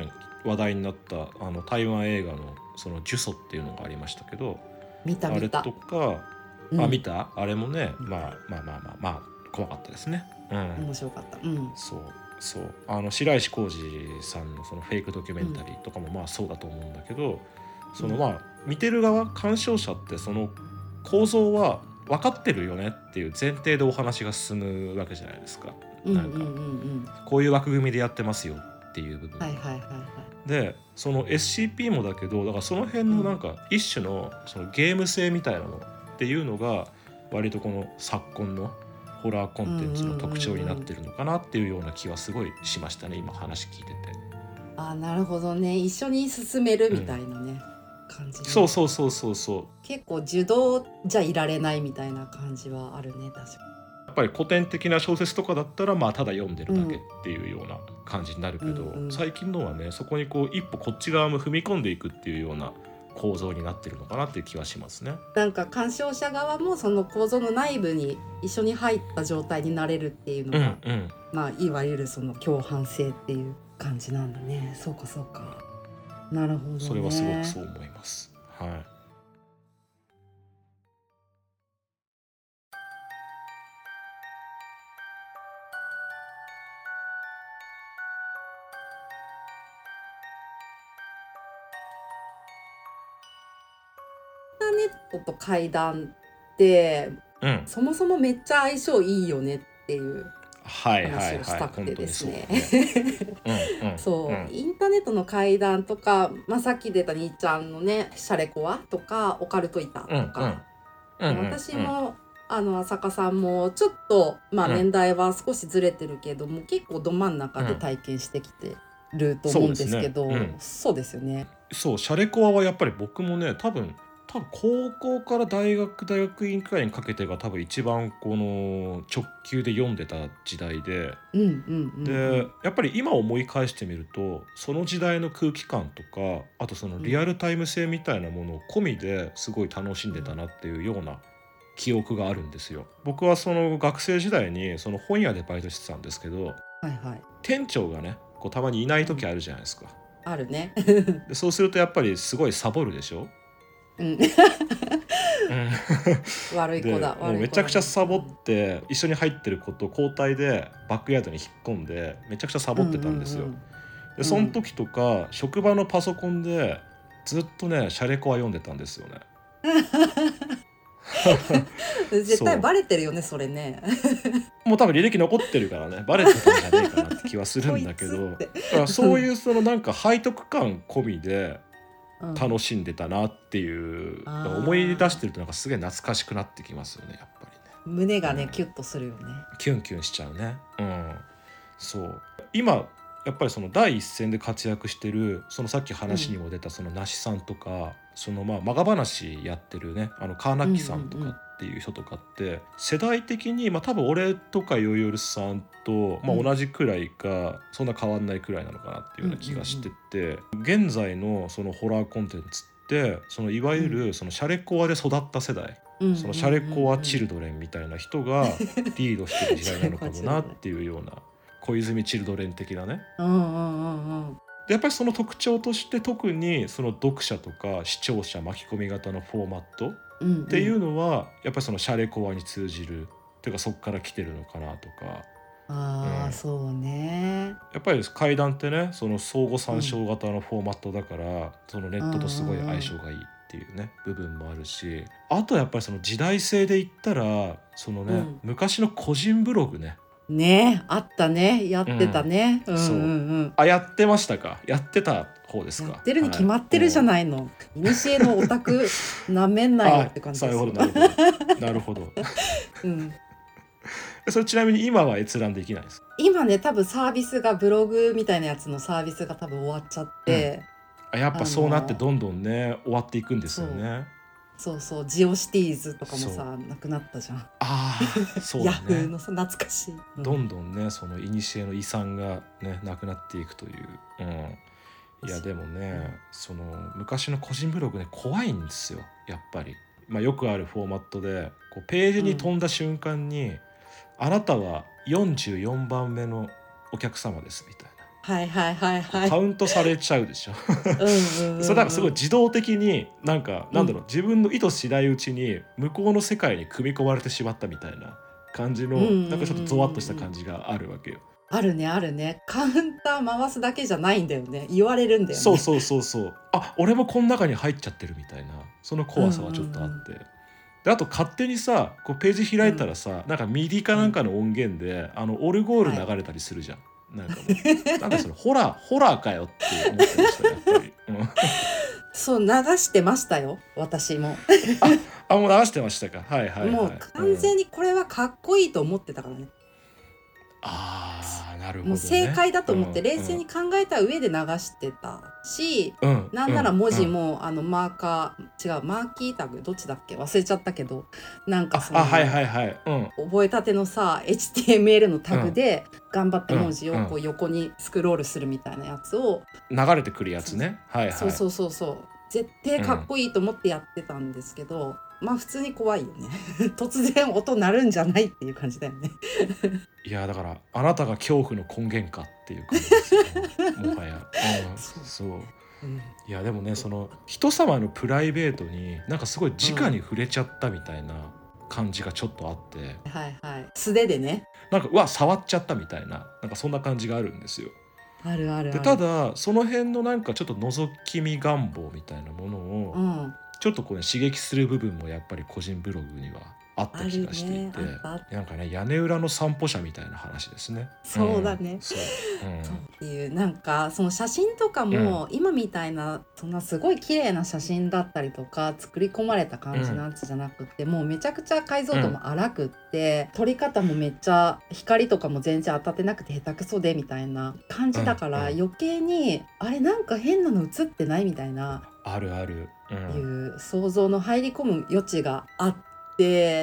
話題になったあの台湾映画のその呪詛っていうのがありましたけど、 見た見たあれとか、 うん、 あ見たあれもね、まあまあまあまあまあ怖かったですね。うん、 面白かった、うん、 そうそうあの白石浩二さんのそのフェイクドキュメンタリーとかもまあそうだと思うんだけど、そのまあ見てる側鑑賞者ってその構造は分かってるよねっていう前提でお話が進むわけじゃないですか。なんかこういう枠組みでやってますよっていう部分、 はいはいはいはい、 でその エスシーピー もだけど、だからその辺のなんか一種のそのゲーム性みたいなのっていうのが割とこの昨今のホラーコンテンツの特徴になってるのかなっていうような気はすごいしましたね、今話聞いてて。 あ、なるほどね、一緒に進めるみたいなね、うん、感じ、ね、 そうそうそうそうそう、 結構受動じゃいられないみたいな感じはあるね、確かに。 やっぱり古典的な小説とかだったらまあただ読んでるだけっていうような感じになるけど、うんうん、最近のはねそこにこう一歩こっち側も踏み込んでいくっていうような構造になってるのかなっていう気はしますね。 なんか鑑賞者側もその構造の内部に一緒に入った状態になれるっていうのが、うんうん、まあいわゆるその共犯性っていう感じなんだね。そうかそうか、なるほどね。 それはすごくそう思います。はい。 インターネットと怪談って、うん、そもそもめっちゃ相性いいよねっていう話をしたくてですね。そう、インターネットの怪談とか、まあ、さっき出た兄ちゃんのねシャレコアとかオカルトイタとか、うんうん、私も、うん、あの浅香さんもちょっと、まあ、年代は少しずれてるけども、うん、結構ど真ん中で体験してきてると思うんですけど、うん、そうですね、うん、そうですよね。 そうシャレコアはやっぱり僕もね多分多分高校から大学大学院くらいにかけてが多分一番この直球で読んでた時代で、うんうんうんうん、でやっぱり今思い返してみるとその時代の空気感とかあとそのリアルタイム性みたいなものを込みですごい楽しんでたなっていうような記憶があるんですよ。僕はその学生時代にその本屋でバイトしてたんですけど、はいはい、店長がねこうたまにいない時あるじゃないですか、 うん、あるねでそうするとやっぱりすごいサボるでしょ。うん、 悪い子だ。 もうめちゃくちゃサボって一緒に入ってる子と交代でバックヤードに引っ込んでめちゃくちゃサボってたんですよ、うんうんうん、でその時とか職場のパソコンでずっとねシャレコア読んでたんですよね絶対バレてるよねそれねもう多分履歴残ってるからねバレてたんじゃねえかなって気はするんだけどだからそういうそのなんか背徳感込みで楽しんでたなっていう、うん、思い出してるとなんかすげえ懐かしくなってきますよねやっぱりね。 胸がね、うん、キュッとするよね。 キュンキュンしちゃうね。うん、そう今やっぱりその第一線で活躍してるそのさっき話にも出たその梨さんとか、うん、そのまあマガ話やってるねあのカーナッキさんとかっていう人とかって、うんうんうん、世代的にまあ多分俺とかヨヨルさんと、まあ、同じくらいか、うん、そんな変わんないくらいなのかなっていうような気がしてて、うんうんうん、現在のそのホラーコンテンツってそのいわゆるそのシャレコアで育った世代、うん、そのシャレコアチルドレンみたいな人がリードしてる時代なのかもなっていうような小泉チルドレン的なね、うんうんうんうん、でやっぱりその特徴として特にその読者とか視聴者巻き込み型のフォーマットっていうのは、うんうん、やっぱりそのシャレコアに通じるっていうかそっから来てるのかなとか。 あ、うん、そうね。 やっぱり怪談ってねその相互参照型のフォーマットだから、うん、そのネットとすごい相性がいいっていうね部分もあるし、あとやっぱりその時代性で言ったらそのね、うん、昔の個人ブログねねあったねやってたね、うん、 そう、うんうんうん、あやってましたか。やってた方ですか。 やってるに決まってるじゃないの。いにしえのオタクなめんなよって感じですよ。 なるほどなるほどうん、それちなみに今は閲覧できないですか。 今ね多分サービスがブログみたいなやつのサービスが多分終わっちゃって、 うん、あやっぱそうなってどんどんね終わっていくんですよね。 そうそうジオシティーズとかもさなくなったじゃん。 ああそうだね。 ヤフーのさ懐かしい、 うん、どんどんねその古の遺産がねなくなっていくという、うん、いやでもね、うん、その昔の個人ブログね怖いんですよやっぱり、まあ、よくあるフォーマットでこうページに飛んだ瞬間に、うん、あなたはよんじゅうよんばんめのお客様ですみたいはいはいはいはい。 カウントされちゃうでしょ。 うんうんうそれなんかすごいんうん。 自動的になんかなんだろう、 うん。 自分の意図しないうちに向こうの世界に組み込まれてしまったみたいな感じうんうんうんのなんかちょっとゾワッとしたうん。 感じがあるわけよ。 あるねあるね。カウンター回すだけじゃないんだよね。言われるんだよね。 そうそうそうそう。あ、俺もこの中に入っちゃってるみたいな、そのうんうん怖さはちょっとあっうん。 て。で、あと勝手にさ、こうページ開いたうんらさ、なんかミディかうん。 なんかの音源で、あのオルゴールはい。 流れたりするじゃん。なんかもう、なんだそれ、ホラーホラーかよって思ってましたね、やっぱり。うん。 そう流してましたよ私も。 あ、あ、もう流してましたか。はいはいもうはい。うん。 完全にこれはかっこいいと思ってたからね。 ああ、なるもうほどね。 正解だとう思って冷静んうん。 に考えた上で流してたし、 うんなんならうんうん。 文字もあのマーカー違うマーキータグどっちだっけ忘れちゃったけど、なんかあ、あ、はいはそのいはい。うん。 覚えたてのさ エイチティーエムエル のタグうん。 で頑張ってう文んうん。 字をこう横にスクロールするみたいなやつを、 流れてくるやつね。はいはい。 そうそうそうそう絶対かっうん。 こいいと思ってやってたんですけど、まあ普通に怖いよね。突然音鳴るんじゃないっていう感じだよね。 いやだからあなたが恐怖の根源かっていう感じですよもうもはや、うん、 そう、 そううん、 いやでもねその人様のプライベートになんかすごい直にうん、 触れちゃったみたいな感じがちょっとあってはいはい素手でね。 なんかうわ触っちゃったみたいななんかそんな感じがあるんですよ。 あるあるでたある。 だその辺のなんかちょっと覗き見願望みたいなものをうん。 ちょっとこうね刺激する部分もやっぱり個人ブログにはあった気あるがしていて、 ね。あったあった。 なんかね屋根裏の散歩者みたいな話ですね。うん、 そうだね。 そう、うそうっん、 ていうなんかその写真とかうん、 も今みたいなそんなすごい綺麗な写真だったりとか作り込まれた感じのうん、 やつじゃなくって、もうめちゃくちゃ解像度うん、 も荒くって撮り方もめっちゃ光とかも全然当たってなくて下手くそでみたいな感うん、 じだからうん、 余計にあれなんか変なの写ってないみたいなあるある、ういん、 う想像の入り込む余地があって、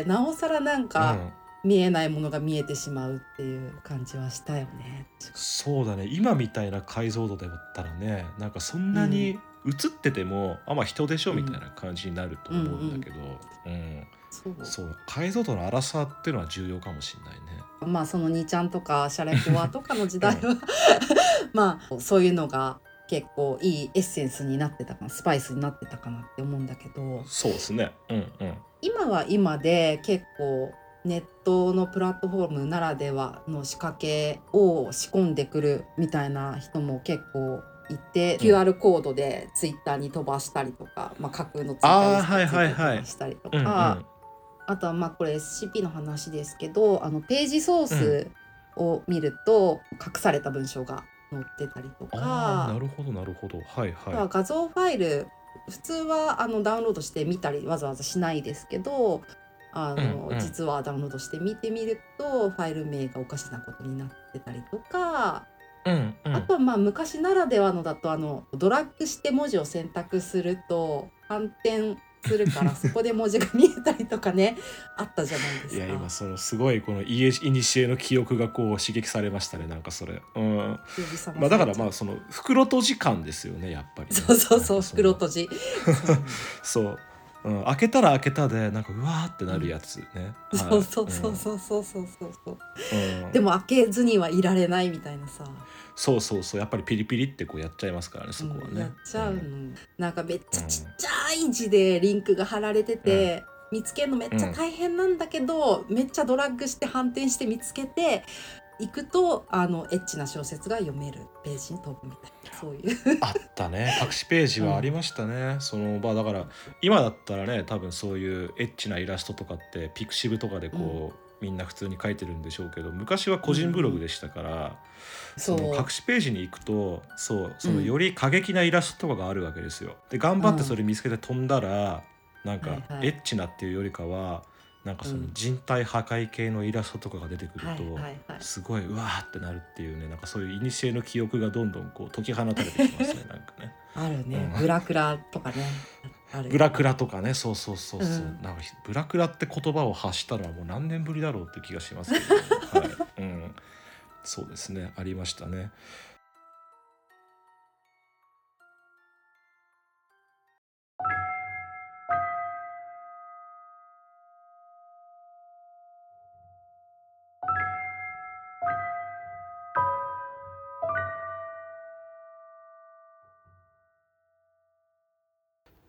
なおさらなんかうん、 見えないものが見えてしまうっていう感じはしたよね。 そうだね。今みたいな解像度だったらね、なんかそんなにうん映っててもあまあ人でしょみたいうんな感じになるとうんう思うんだん。 けど、うん、 そうそう解像度の荒さっていうのは重要かもしれないね。 まあそのにちゃんとかシャレコアとかの時うん、 代はまあそういうのが結構いいエッセンスになってたかな、スパイスになってたかなって思うんだけど、 そうですね。うん、うん、 今は今で結構ネットのプラットフォームならではの仕掛けを仕込んでくるみたいな人も結構いて、 うん。 キューアール コードでツイッターに飛ばしたりとか、まあ、架空のツイッターああ、 ですけはいどツイッターに飛はいはい。 ばしたりとうん、うか、 ん、 あとはまあこれ エスシーピー の話ですけど、あのページソーうん。 スを見ると隠された文章が載ってたりとああ、なか、 るほどなるほど。はいはい。 あとは画像ファイル普通はあのダウンロードして見たりわざわざしないですけど、あうん、うん、 の実はダウンロードして見てみるとファイル名がおかしなことになってたりとか、 うん、うん。 あとはまあ昔ならではのだとあのドラッグして文字を選択すると反転するからそこで文字が見えたりとかね、あったじゃないでいや今すか。 そのすごいこのいえいにしえの記憶がこう刺激されましたねなんかそれ。うん。 呼び覚ままあだからされちゃう。 まあその袋閉じ感ですよねやっぱりね。 そうそうなんそうかその袋閉じ。そうなんだよ。 そう、うん、開けたら開けたでなんかうわーってなるうんやつね。 そうはそうい。うん。 そうそうそうそうそうそう。 うん。 でも開けずにはいられないみたいなさ、 そうそうそうやっぱりピリピリってこうやっちゃいますからねそこはうん、やっね。 ちゃううん。 の。なんかめっちゃちっうん。 ちゃい字でリンクが貼られてうん。 て、見つけるのめっちゃうん。 大変なんだけど、めっちゃドラッグして反転して見つけていくと、あのエッチな小説が読めるページに飛ぶみたいな、そういう。 あったね隠しページはありうん、 ましたね。そのまあだから今だったらね多分そういうエッチなイラストとかってピクシブとかでうん、 こうみんな普通に書いてるんでしょうけど昔は個うん、う人ブログん、 でしたからその隠そしページに行くとそうう、うん、 そのより過激なイラストとかがあるわけですよ。で頑張ってそうん、 れ見つけて飛んだらなんかはいはい、 エッチなっていうよりかはなんかそのうん、 人体破壊系のイラストとかが出てくるはいとはいはい。 すごいうわーってなるっていうねなんかそういう古の記憶がどんどんこう解き放たれてきますねなんかね。 あるね、 うん、 ブラクラとかね、あるよね。 ブラクラとかねそうそうそうそううん。 なんかブラクラって言葉を発したのはもう何年ぶりだろうって気がしますけどもはい、うん、そうですねありましたね。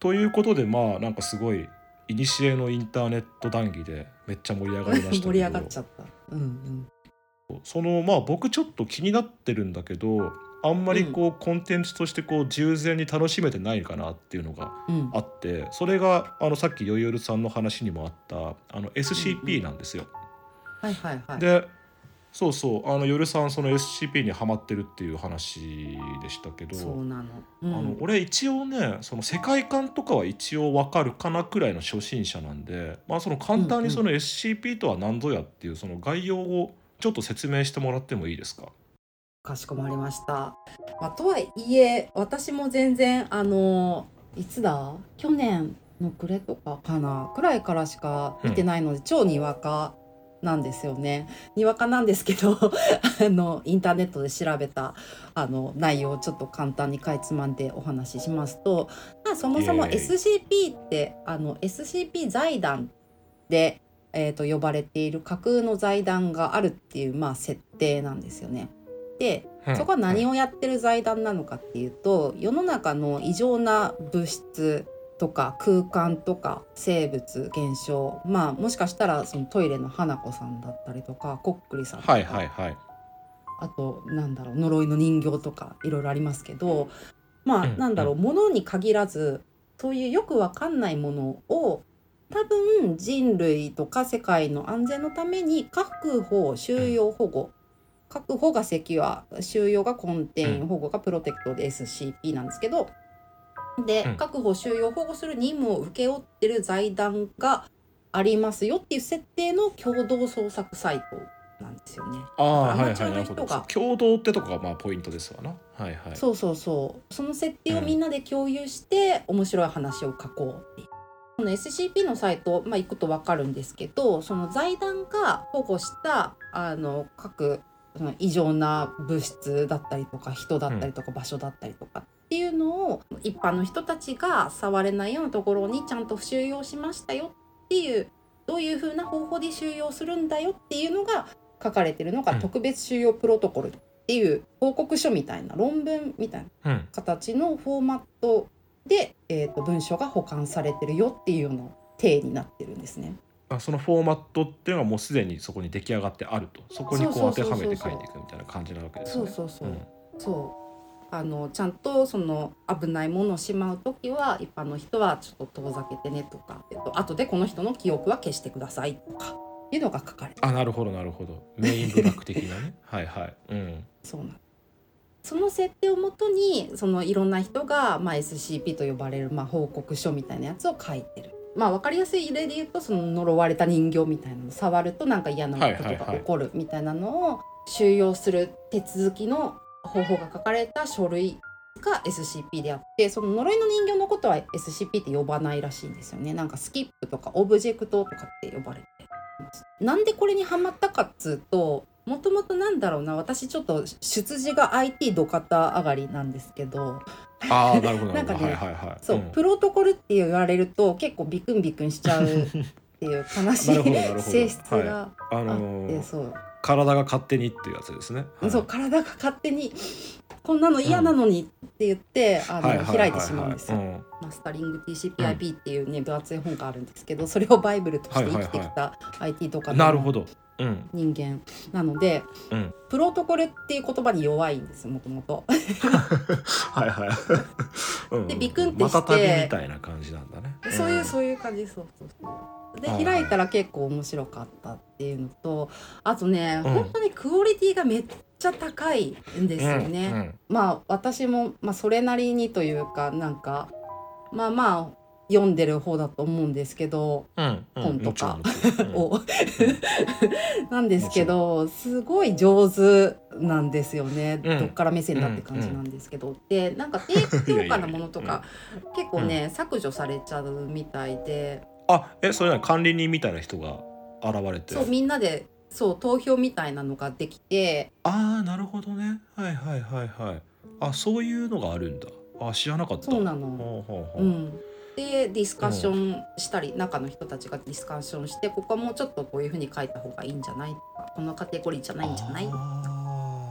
ということでまあなんかすごい古のインターネット談義でめっちゃ盛り上がりましたけど盛り上がっちゃった。うんそのまあ僕ちょっと気になってるんだけど、あんまりこうコンテンツとしてこう従前に楽しめてないかなっていうのがうんあって、それがあのさっきよよるさんの話にもあったあの エスシーピー なんですよ。 はいはいはい。 でそうそうあのよるさんその エスシーピー にハマってるっていう話でしたけど、 そうなの。うあのん俺一応ねその世界観とかは一応わかるかなくらいの初心者なんで、まあその簡単にその エスシーピー とは何ぞやっていうその概要をちょっと説明してもらってもいいですか？ かしこまりました。まあ、とはいえ私も全然あのいつだ去年の暮れとかかなくらいからしか見てないので、超にわかなんですよね。にわかなんですけどあのインターネットで調べたあの内容をちょっと簡単にかいつまんでお話ししますと、まあ、そもそもイエーイエスシーピー ってあの エスシーピー 財団で、えー、と呼ばれている架空の財団があるっていう、まあ、設定なんですよね。でそこは何をやってる財団なのかっていうと、世の中の異常な物質とか空間とか生物現象、まあもしかしたらそのトイレの花子さんだったりとかこっくりさんとか、 はいはいはい、 あとなんだろう呪いの人形とかいろいろありますけど、まあうんなんだろう、 うん物に限らずそういうよくわかんないものを多分人類とか世界の安全のために確保収容保護、確保がセキュア、収容がコンテイン、保護がプロテクトで エスシーピー なんですけど、で、 うん確保収容保護する任務を請け負ってる財団がありますよっていう設定の共同創作サイトなんですよね。 ああだからアマチュアはいはいなるほど、 の人が、 共同ってとこがまあポイントですわな。はいはい。 そうそうそうその設定をみんなで共有して面白い話を書こうっていう、この エスシーピー のサイト、まあ、行くと分かるんですけど、その財団が保護したあの各その異常な物質だったりとか人だったりとか場所だったりとかっていうのを一般の人たちが触れないようなところにちゃんと収容しましたよっていう、どういう風な方法で収容するんだよっていうのが書かれてるのが特別収容プロトコルっていう報告書みたいな論文みたいな形のフォーマットで、えーと文章が保管されてるよっていうような体になってるんですね。 あそのフォーマットっていうのはもうすでにそこに出来上がってあると、そこにこう当てはめて書いていくみたいな感じなわけですね。 そうそうそう、 うんそうあのちゃんとその危ないものをしまうときは一般の人はちょっと遠ざけてねとか、えっと後でこの人の記憶は消してくださいとかいうのが書かれてる。 あなるほどなるほど、メインブラック的なねはいはい、うん、 そうなんその設定をもとにそのいろんな人が、まあ、エスシーピー と呼ばれる、まあ、報告書みたいなやつを書いてる。まあ分かりやすい例で言うとその呪われた人形みたいなのを触るとなんか嫌なことが起こるみたいなのを収容する手続きの方法が書かれた書類が エスシーピー であって、その呪いの人形のことは エスシーピー って呼ばないらしいんですよね。なんかスキップとかオブジェクトとかって呼ばれてます。なんでこれにハマったかっつうと、もともとなんだろうな、私ちょっと出自が アイティー ド肩上がりなんですけど、 ああなるほどなんかね、 はいはいはい、 そう、 うん、 プロトコルって言われると結構ビクンビクンしちゃうっていう悲しいなるほどなるほど性質がはいああって、 のーそう体が勝手にっていうやつですね、はい、 そう体が勝手にこんなの嫌なのにって言って、うん、あの、はいはいはいはい、開いてしまうんですよ、うん、マスタリング ティーシーピーアイピー っていうね、うん、分厚い本があるんですけど、それをバイブルとして生きてきた アイティー とかの人間なので、うん、プロトコルっていう言葉に弱いんですもともとはいはいうん、 でビクンってしてまた旅みたいな感じなんだね、 そういうそういう感じ、そうそうそうで開いたら結構面白かったっていうのと、あとね、うん、本当にクオリティがめっちゃ高いんですよね、うんうん、まあ私も、まあ、それなりにというかなんかまあまあ読んでる方だと思うんですけど、うんうん、本とかをなんですけどすごい上手なんですよね、うん、どっから目線だって感じなんですけど、うん、でなんか低評価なものとか結構ね、うん、削除されちゃうみたいで、 あえそれは管理人みたいな人が現れて、 そうみんなでそう投票みたいなのができて、 ああなるほどね、はいはいはいはい、あそういうのがあるんだ、あ知らなかった。 そうなの、 ほうほうほう、 うんでディスカッションしたり、うん、中の人たちがディスカッションして、ここはもうちょっとこういう風に書いた方がいいんじゃないとか、このカテゴリーじゃないんじゃないとか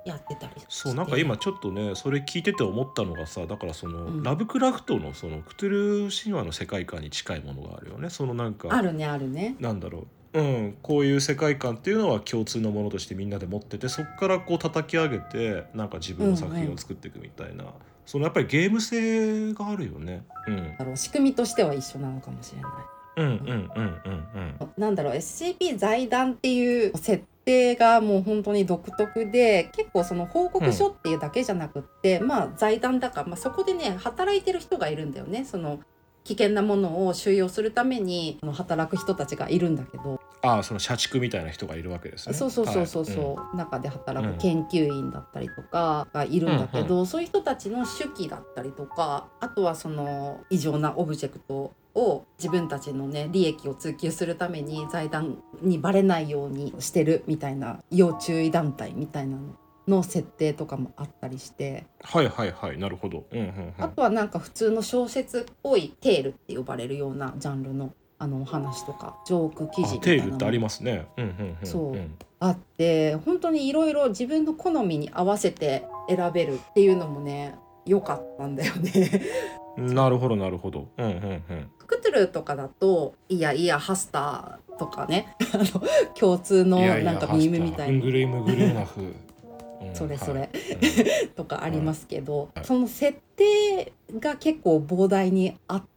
やってたりして。 そうなんか今ちょっとねそれ聞いてて思ったのがさ、だからその、 うん、 ラブクラフトのそのクトゥルー神話の世界観に近いものがあるよね。そのなんかあるねあるね。 なんだろう、うん、こういう世界観っていうのは共通のものとしてみんなで持ってて、そこからこう叩き上げてなんか自分の作品を作っていくみたいな、うんうん、そのやっぱりゲーム性があるよね。うん、 だろう仕組みとしては一緒なのかもしれない。 うんうんうんうんうん。 なんだろう エスシーピー 財団っていう設定がもう本当に独特で、結構その報告書っていうだけじゃなくって、うん、まあ財団だから、まあ、そこでね働いてる人がいるんだよね。その危険なものを収容するために働く人たちがいるんだけど、 ああその社畜みたいな人がいるわけですね。 そうそうそうそうそう、はい、うん、中で働く研究員だったりとかがいるんだけど、うんうん、そういう人たちの手記だったりとか、あとはその異常なオブジェクトを自分たちのね利益を追求するために財団にバレないようにしてるみたいな要注意団体みたいなのの設定とかもあったりして、 はいはいはい、なるほど、うんうんうん、 あとはなんか普通の小説っぽいテールって呼ばれるようなジャンルのあの話とかジョーク記事みたいなのテールってありますね、うんうんうん、 そう、うん、あって本当にいろいろ自分の好みに合わせて選べるっていうのもね良かったんだよねなるほどなるほど、うんうんうん、 クトゥルとかだといやいやハスターとかねあの共通のなんかミームみたいな、 ムグルイムグルーナフそれそれ、はい、とかありますけど、はい、その設定が結構膨大にあって、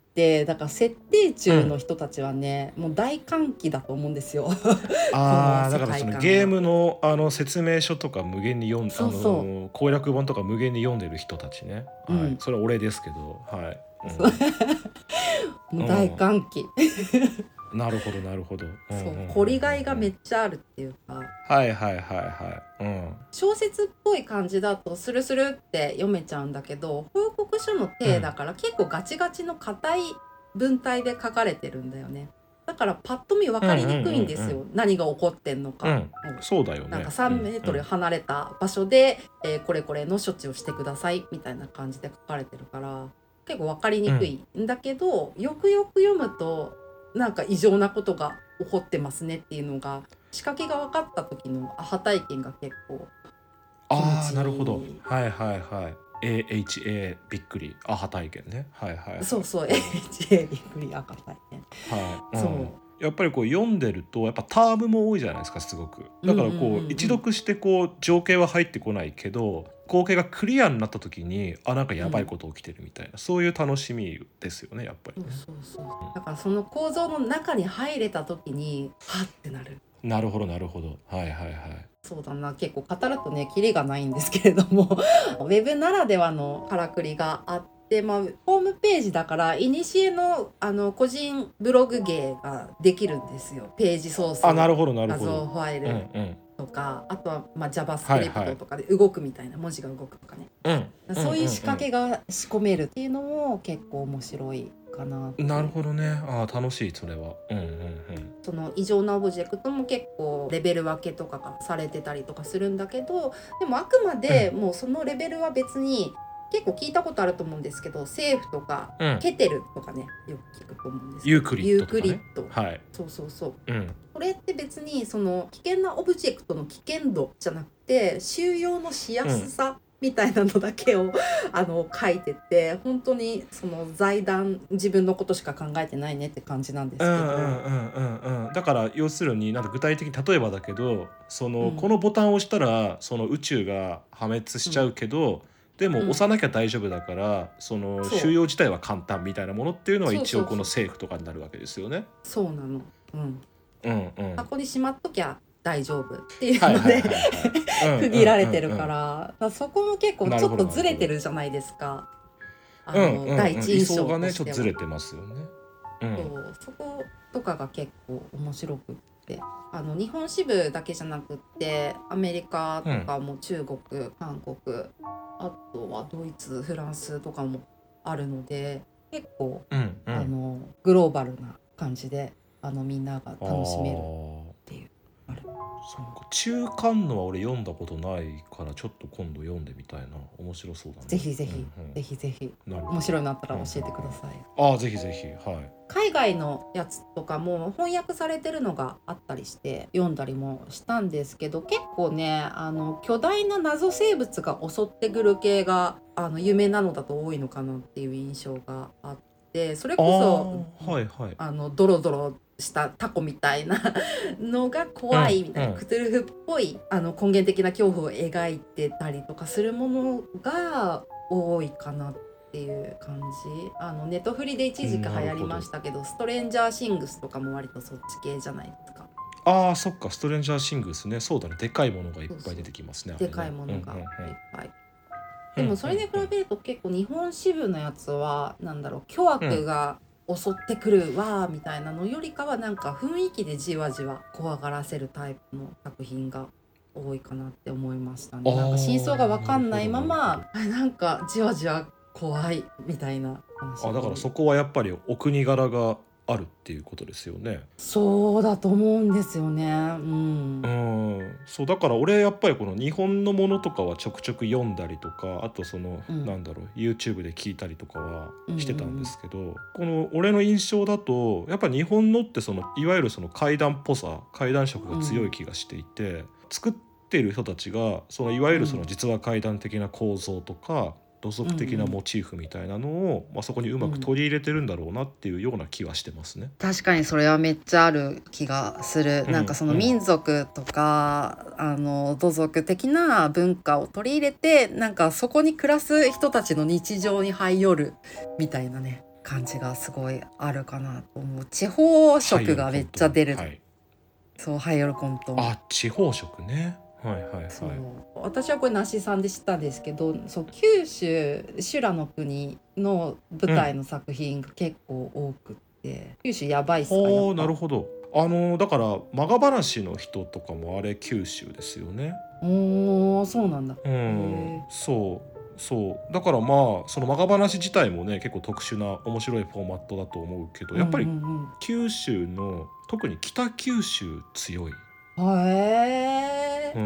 だから設定中の人たちはね、うん、もう大歓喜だと思うんですよあだからそのゲーム の, あの説明書とか無限に読んで、あの攻略本とか無限に読んでる人たちね、うんはい、それは俺ですけど、はいうん、もう大歓喜、 うん、なるほどなるほど、 そう凝りがいがめっちゃあるっていうか、 はいはいはいはい、うん、 小説っぽい感じだとスルスルって読めちゃうんだけど、報告書の体だから結構ガチガチの硬い文体で書かれてるんだよね。だからパッと見分かりにくいんですよ、うんうんうんうん、何が起こってんのか、うん、 そうだよね。 なんかさんメートル離れた場所で、うんうんえー、これこれの処置をしてくださいみたいな感じで書かれてるから結構分かりにくいんだけど、うん、よくよく読むとなんか異常なことが起こってますねっていうのが仕掛けが分かった時のアハ体験が結構気持ちいい。 あーなるほど、はいはいはい、エーエイチエー びっくりアハ体験ね、はいはい、はい、 そうそう エーエイチエー びっくりアハ体験、 はい、 そう、 うんやっぱりこう読んでるとやっぱタームも多いじゃないですか、すごく。だからこう、うんうんうんうん、一読してこう情景は入ってこないけど光景がクリアになった時にあなんかやばいこと起きてるみたいな、うん、そういう楽しみですよねやっぱりね。 そうそうそう、だからその構造の中に入れた時にハッってなる。 なるほどなるほど、はいはいはい。 そうだな、結構語るとねキリがないんですけれどもウェブならではのからくりがあって、まあ、ホームページだからいにしえ の, あの個人ブログ芸ができるんですよ。ページソース、 あなるほどなるほど、 画像ファイルとか、うんうん、あとはまあ JavaScript とかで動くみたいな、はいはい、文字が動くとかね、うん、そういう仕掛けが仕込めるっていうのも結構面白いかな。 なるほどね、あ楽しいそれは、うんうんうん、 その異常なオブジェクトも結構レベル分けとかがされてたりとかするんだけど、でもあくまでもうそのレベルは別に、結構聞いたことあると思うんですけど、政府とか、うん、ケテルとかねよく聞くと思うんですけど、 ユークリッドとか、ね、 ユークリッド、はい、そうそうそう、うん、これって別にその危険なオブジェクトの危険度じゃなくて収容のしやすさ、うんみたいなのだけをあの書いてて、本当にその財団自分のことしか考えてないねって感じなんですけど、うんうんうんうん、だから要するになんか具体的に例えばだけど、その、うん、このボタンを押したらその宇宙が破滅しちゃうけど、うん、でも押さなきゃ大丈夫だから、うん、その収容自体は簡単みたいなものっていうのは一応この政府とかになるわけですよね。 そうなの、うんうんうん、 箱にしまっときゃ大丈夫っていうので区切られてるから、うんうん、そこも結構ちょっとずれてるじゃないですか。あの、うんうんうん、第一印象としては、理想がねちょっとずれてますよね、うん、そうそことかが結構面白くって、あの日本支部だけじゃなくってアメリカとかも中国、うん、韓国、あとはドイツフランスとかもあるので結構、うんうん、あのグローバルな感じであのみんなが楽しめるっていう。 そっか、中間のは俺読んだことないからちょっと今度読んでみたいな。面白そうだね。 ぜひぜひ、 うんうん、 ぜひぜひなるほど。 面白いのあったら教えてください。 うんうん、ああぜひぜひ。はい。 海外のやつとかも翻訳されてるのがあったりして読んだりもしたんですけど、結構ねあの巨大な謎生物が襲ってくる系があの有名なのだと多いのかなっていう印象があって、それこそ、 はいはい、 あのドロドロしたタコみたいなのが怖いみたいな、うんうん、クトゥルフっぽいあの根源的な恐怖を描いてたりとかするものが多いかなっていう感じ。あのネットフリで一時期流行りましたけど、どストレンジャーシングスとかも割とそっち系じゃないですか。 あーそっか、ストレンジャーシングスね。そうだね、でかいものがいっぱい出てきますね。 そうそう、でかいものがいっぱい、うんうんうん、でもそれに比べると結構日本支部のやつはなんだろう、巨悪が襲ってくるわみたいなのよりかはなんか雰囲気でじわじわ怖がらせるタイプの作品が多いかなって思いましたね。なんか真相が分かんないままなんかじわじわ怖いみたいな話。 あ、だからそこはやっぱりお国柄があるっていうことですよね。 そうだと思うんですよね。うん。 うん、そうだから俺やっぱりこの日本のものとかはちょくちょく読んだりとか、あとその、うん、なんだろう YouTube で聞いたりとかはしてたんですけど、うんうんうん、この俺の印象だとやっぱ日本のってそのいわゆるその怪談っぽさ、怪談色が強い気がしていて、うん、作っている人たちがそのいわゆるその実話怪談的な構造とか、土足的なモチーフみたいなのを、まあ、そこにうまく取り入れてるんだろうなっていうような気はしてますね。 確かにそれはめっちゃある気がする、うん、なんかその民族とか、うん、あの土族的な文化を取り入れて、なんかそこに暮らす人たちの日常に這い寄るみたいなね感じがすごいあるかなと思う。地方色がめっちゃ出る、はい、そうハイヨルコントン、 あ地方色ね、はいはいはい、 そう私はこれ梨さんで知ったんですけど、そう九州修羅の国の舞台の作品が結構多くって、うん、九州やばいっすか。やっぱなるほど。あのだからマガ話の人とかもあれ九州ですよね。 おーそうなんだ。 うん、そうそうだからまあそのマガ話自体もね結構特殊な面白いフォーマットだと思うけど、やっぱり九州の特に北九州強い。 へー、 うん、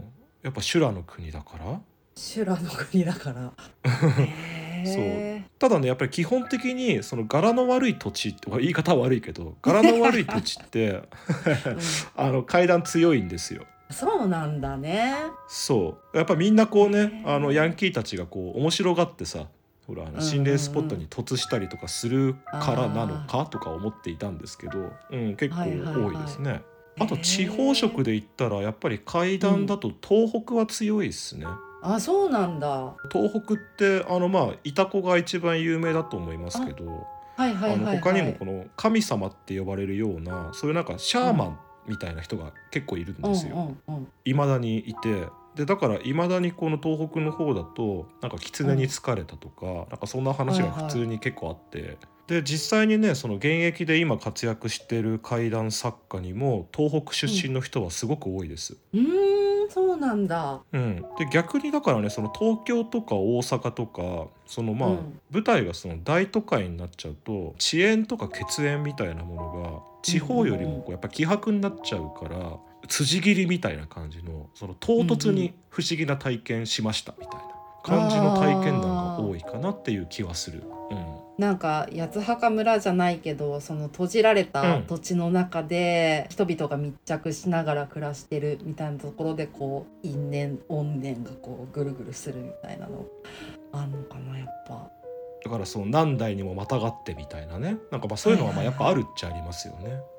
やっぱ修羅の国だから修羅の国だからそうただねやっぱり基本的にその柄の悪い土地って言い方は悪いけど柄の悪い土地って、うん、あの怪談強いんですよ。 そうなんだね。 そうやっぱみんなこうねあのヤンキーたちがこう面白がってさ、ほらあの心霊スポットに突したりとかするからなのかとか思っていたんですけど、うん、結構多いですね、はいはいはい。あと地方色で言ったらやっぱり怪談だと東北は強いですね、 うん、あそうなんだ。 東北ってあのまあイタコが一番有名だと思いますけど、 はいはいはいはい、 あの他にもこの神様って呼ばれるようなそういうなんかシャーマンみたいな人が結構いるんですよ、うんうんうん、未だにいて、でだから未だにこの東北の方だとなんか狐に疲れたとか、うん、なんかそんな話が普通に結構あって、はいはい、で実際にねその現役で今活躍してる怪談作家にも東北出身の人はすごく多いです、 うん、うーんそうなんだ、 うん、で逆にだからねその東京とか大阪とかそのまあ、うん、舞台がその大都会になっちゃうと遅延とか血縁みたいなものが地方よりもこうやっぱ希薄になっちゃうから、辻切りみたいな感じのその唐突に不思議な体験しましたみたいな感じの体験談が多いかなっていう気はする、うん、 なんか八つ墓村じゃないけどその閉じられた土地の中で人々が密着しながら暮らしてるみたいなところでこう因縁怨念がこうぐるぐるするみたいなのあんのかなやっぱ。 だからその何代にもまたがってみたいなね、なんかまあそういうのはまあやっぱあるっちゃありますよね、はいはいはい、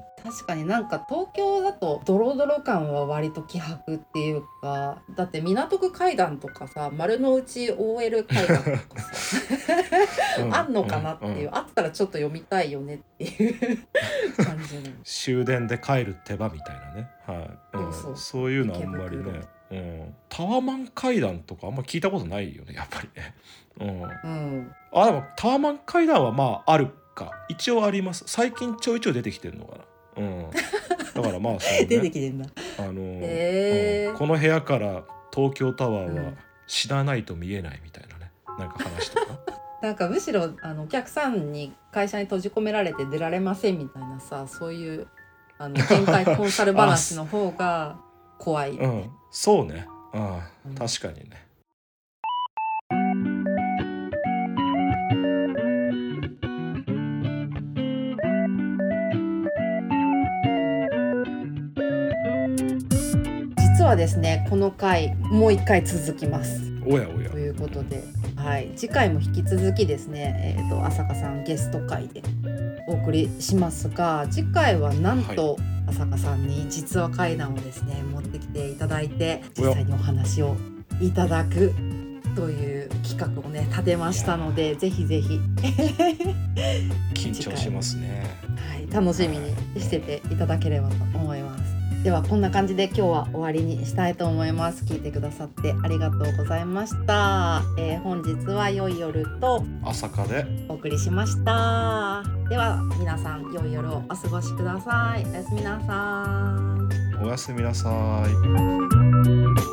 うん、確かになんか東京だとドロドロ感は割と希薄っていうか、だって港区怪談とかさ丸の内 オーエル 怪談とかさ、うん、あんのかなっていう、うんうん、あったらちょっと読みたいよねっていう感じの終電で帰る手羽みたいなね、はいうん、そうそう、そういうのあんまりね、うん、タワマン怪談とかあんま聞いたことないよねやっぱりね、うんうん、あでもタワマン怪談はまああるか一応あります。最近ちょいちょい出てきてるのかな、うん、だからまあそう、ね、 出てきてんだ、 あのーうん、この部屋から東京タワーは死なないと見えないみたいなね、うん、なんか話とかなんかむしろあのお客さんに会社に閉じ込められて出られませんみたいなさそういうあの限界コンサル話の方が怖い、 うん、そうね、うん、確かにね。 実はですね、この回もう一回続きます。 おやおや。 ということで、はい、次回も引き続きですね、えーと、朝香さんゲスト回でお送りしますが、次回はなんと、はい、朝香さんに実話怪談をですね持ってきていただいて、実際にお話をいただくという企画をね立てましたので、ぜひぜひ緊張しますね、 はい、楽しみにしてていただければと思います。ではこんな感じで今日は終わりにしたいと思います。聞いてくださってありがとうございました。えー、本日は良い夜と朝香でお送りしました。では皆さん良い夜をお過ごしください。おやすみなさい。 おやすみなさい。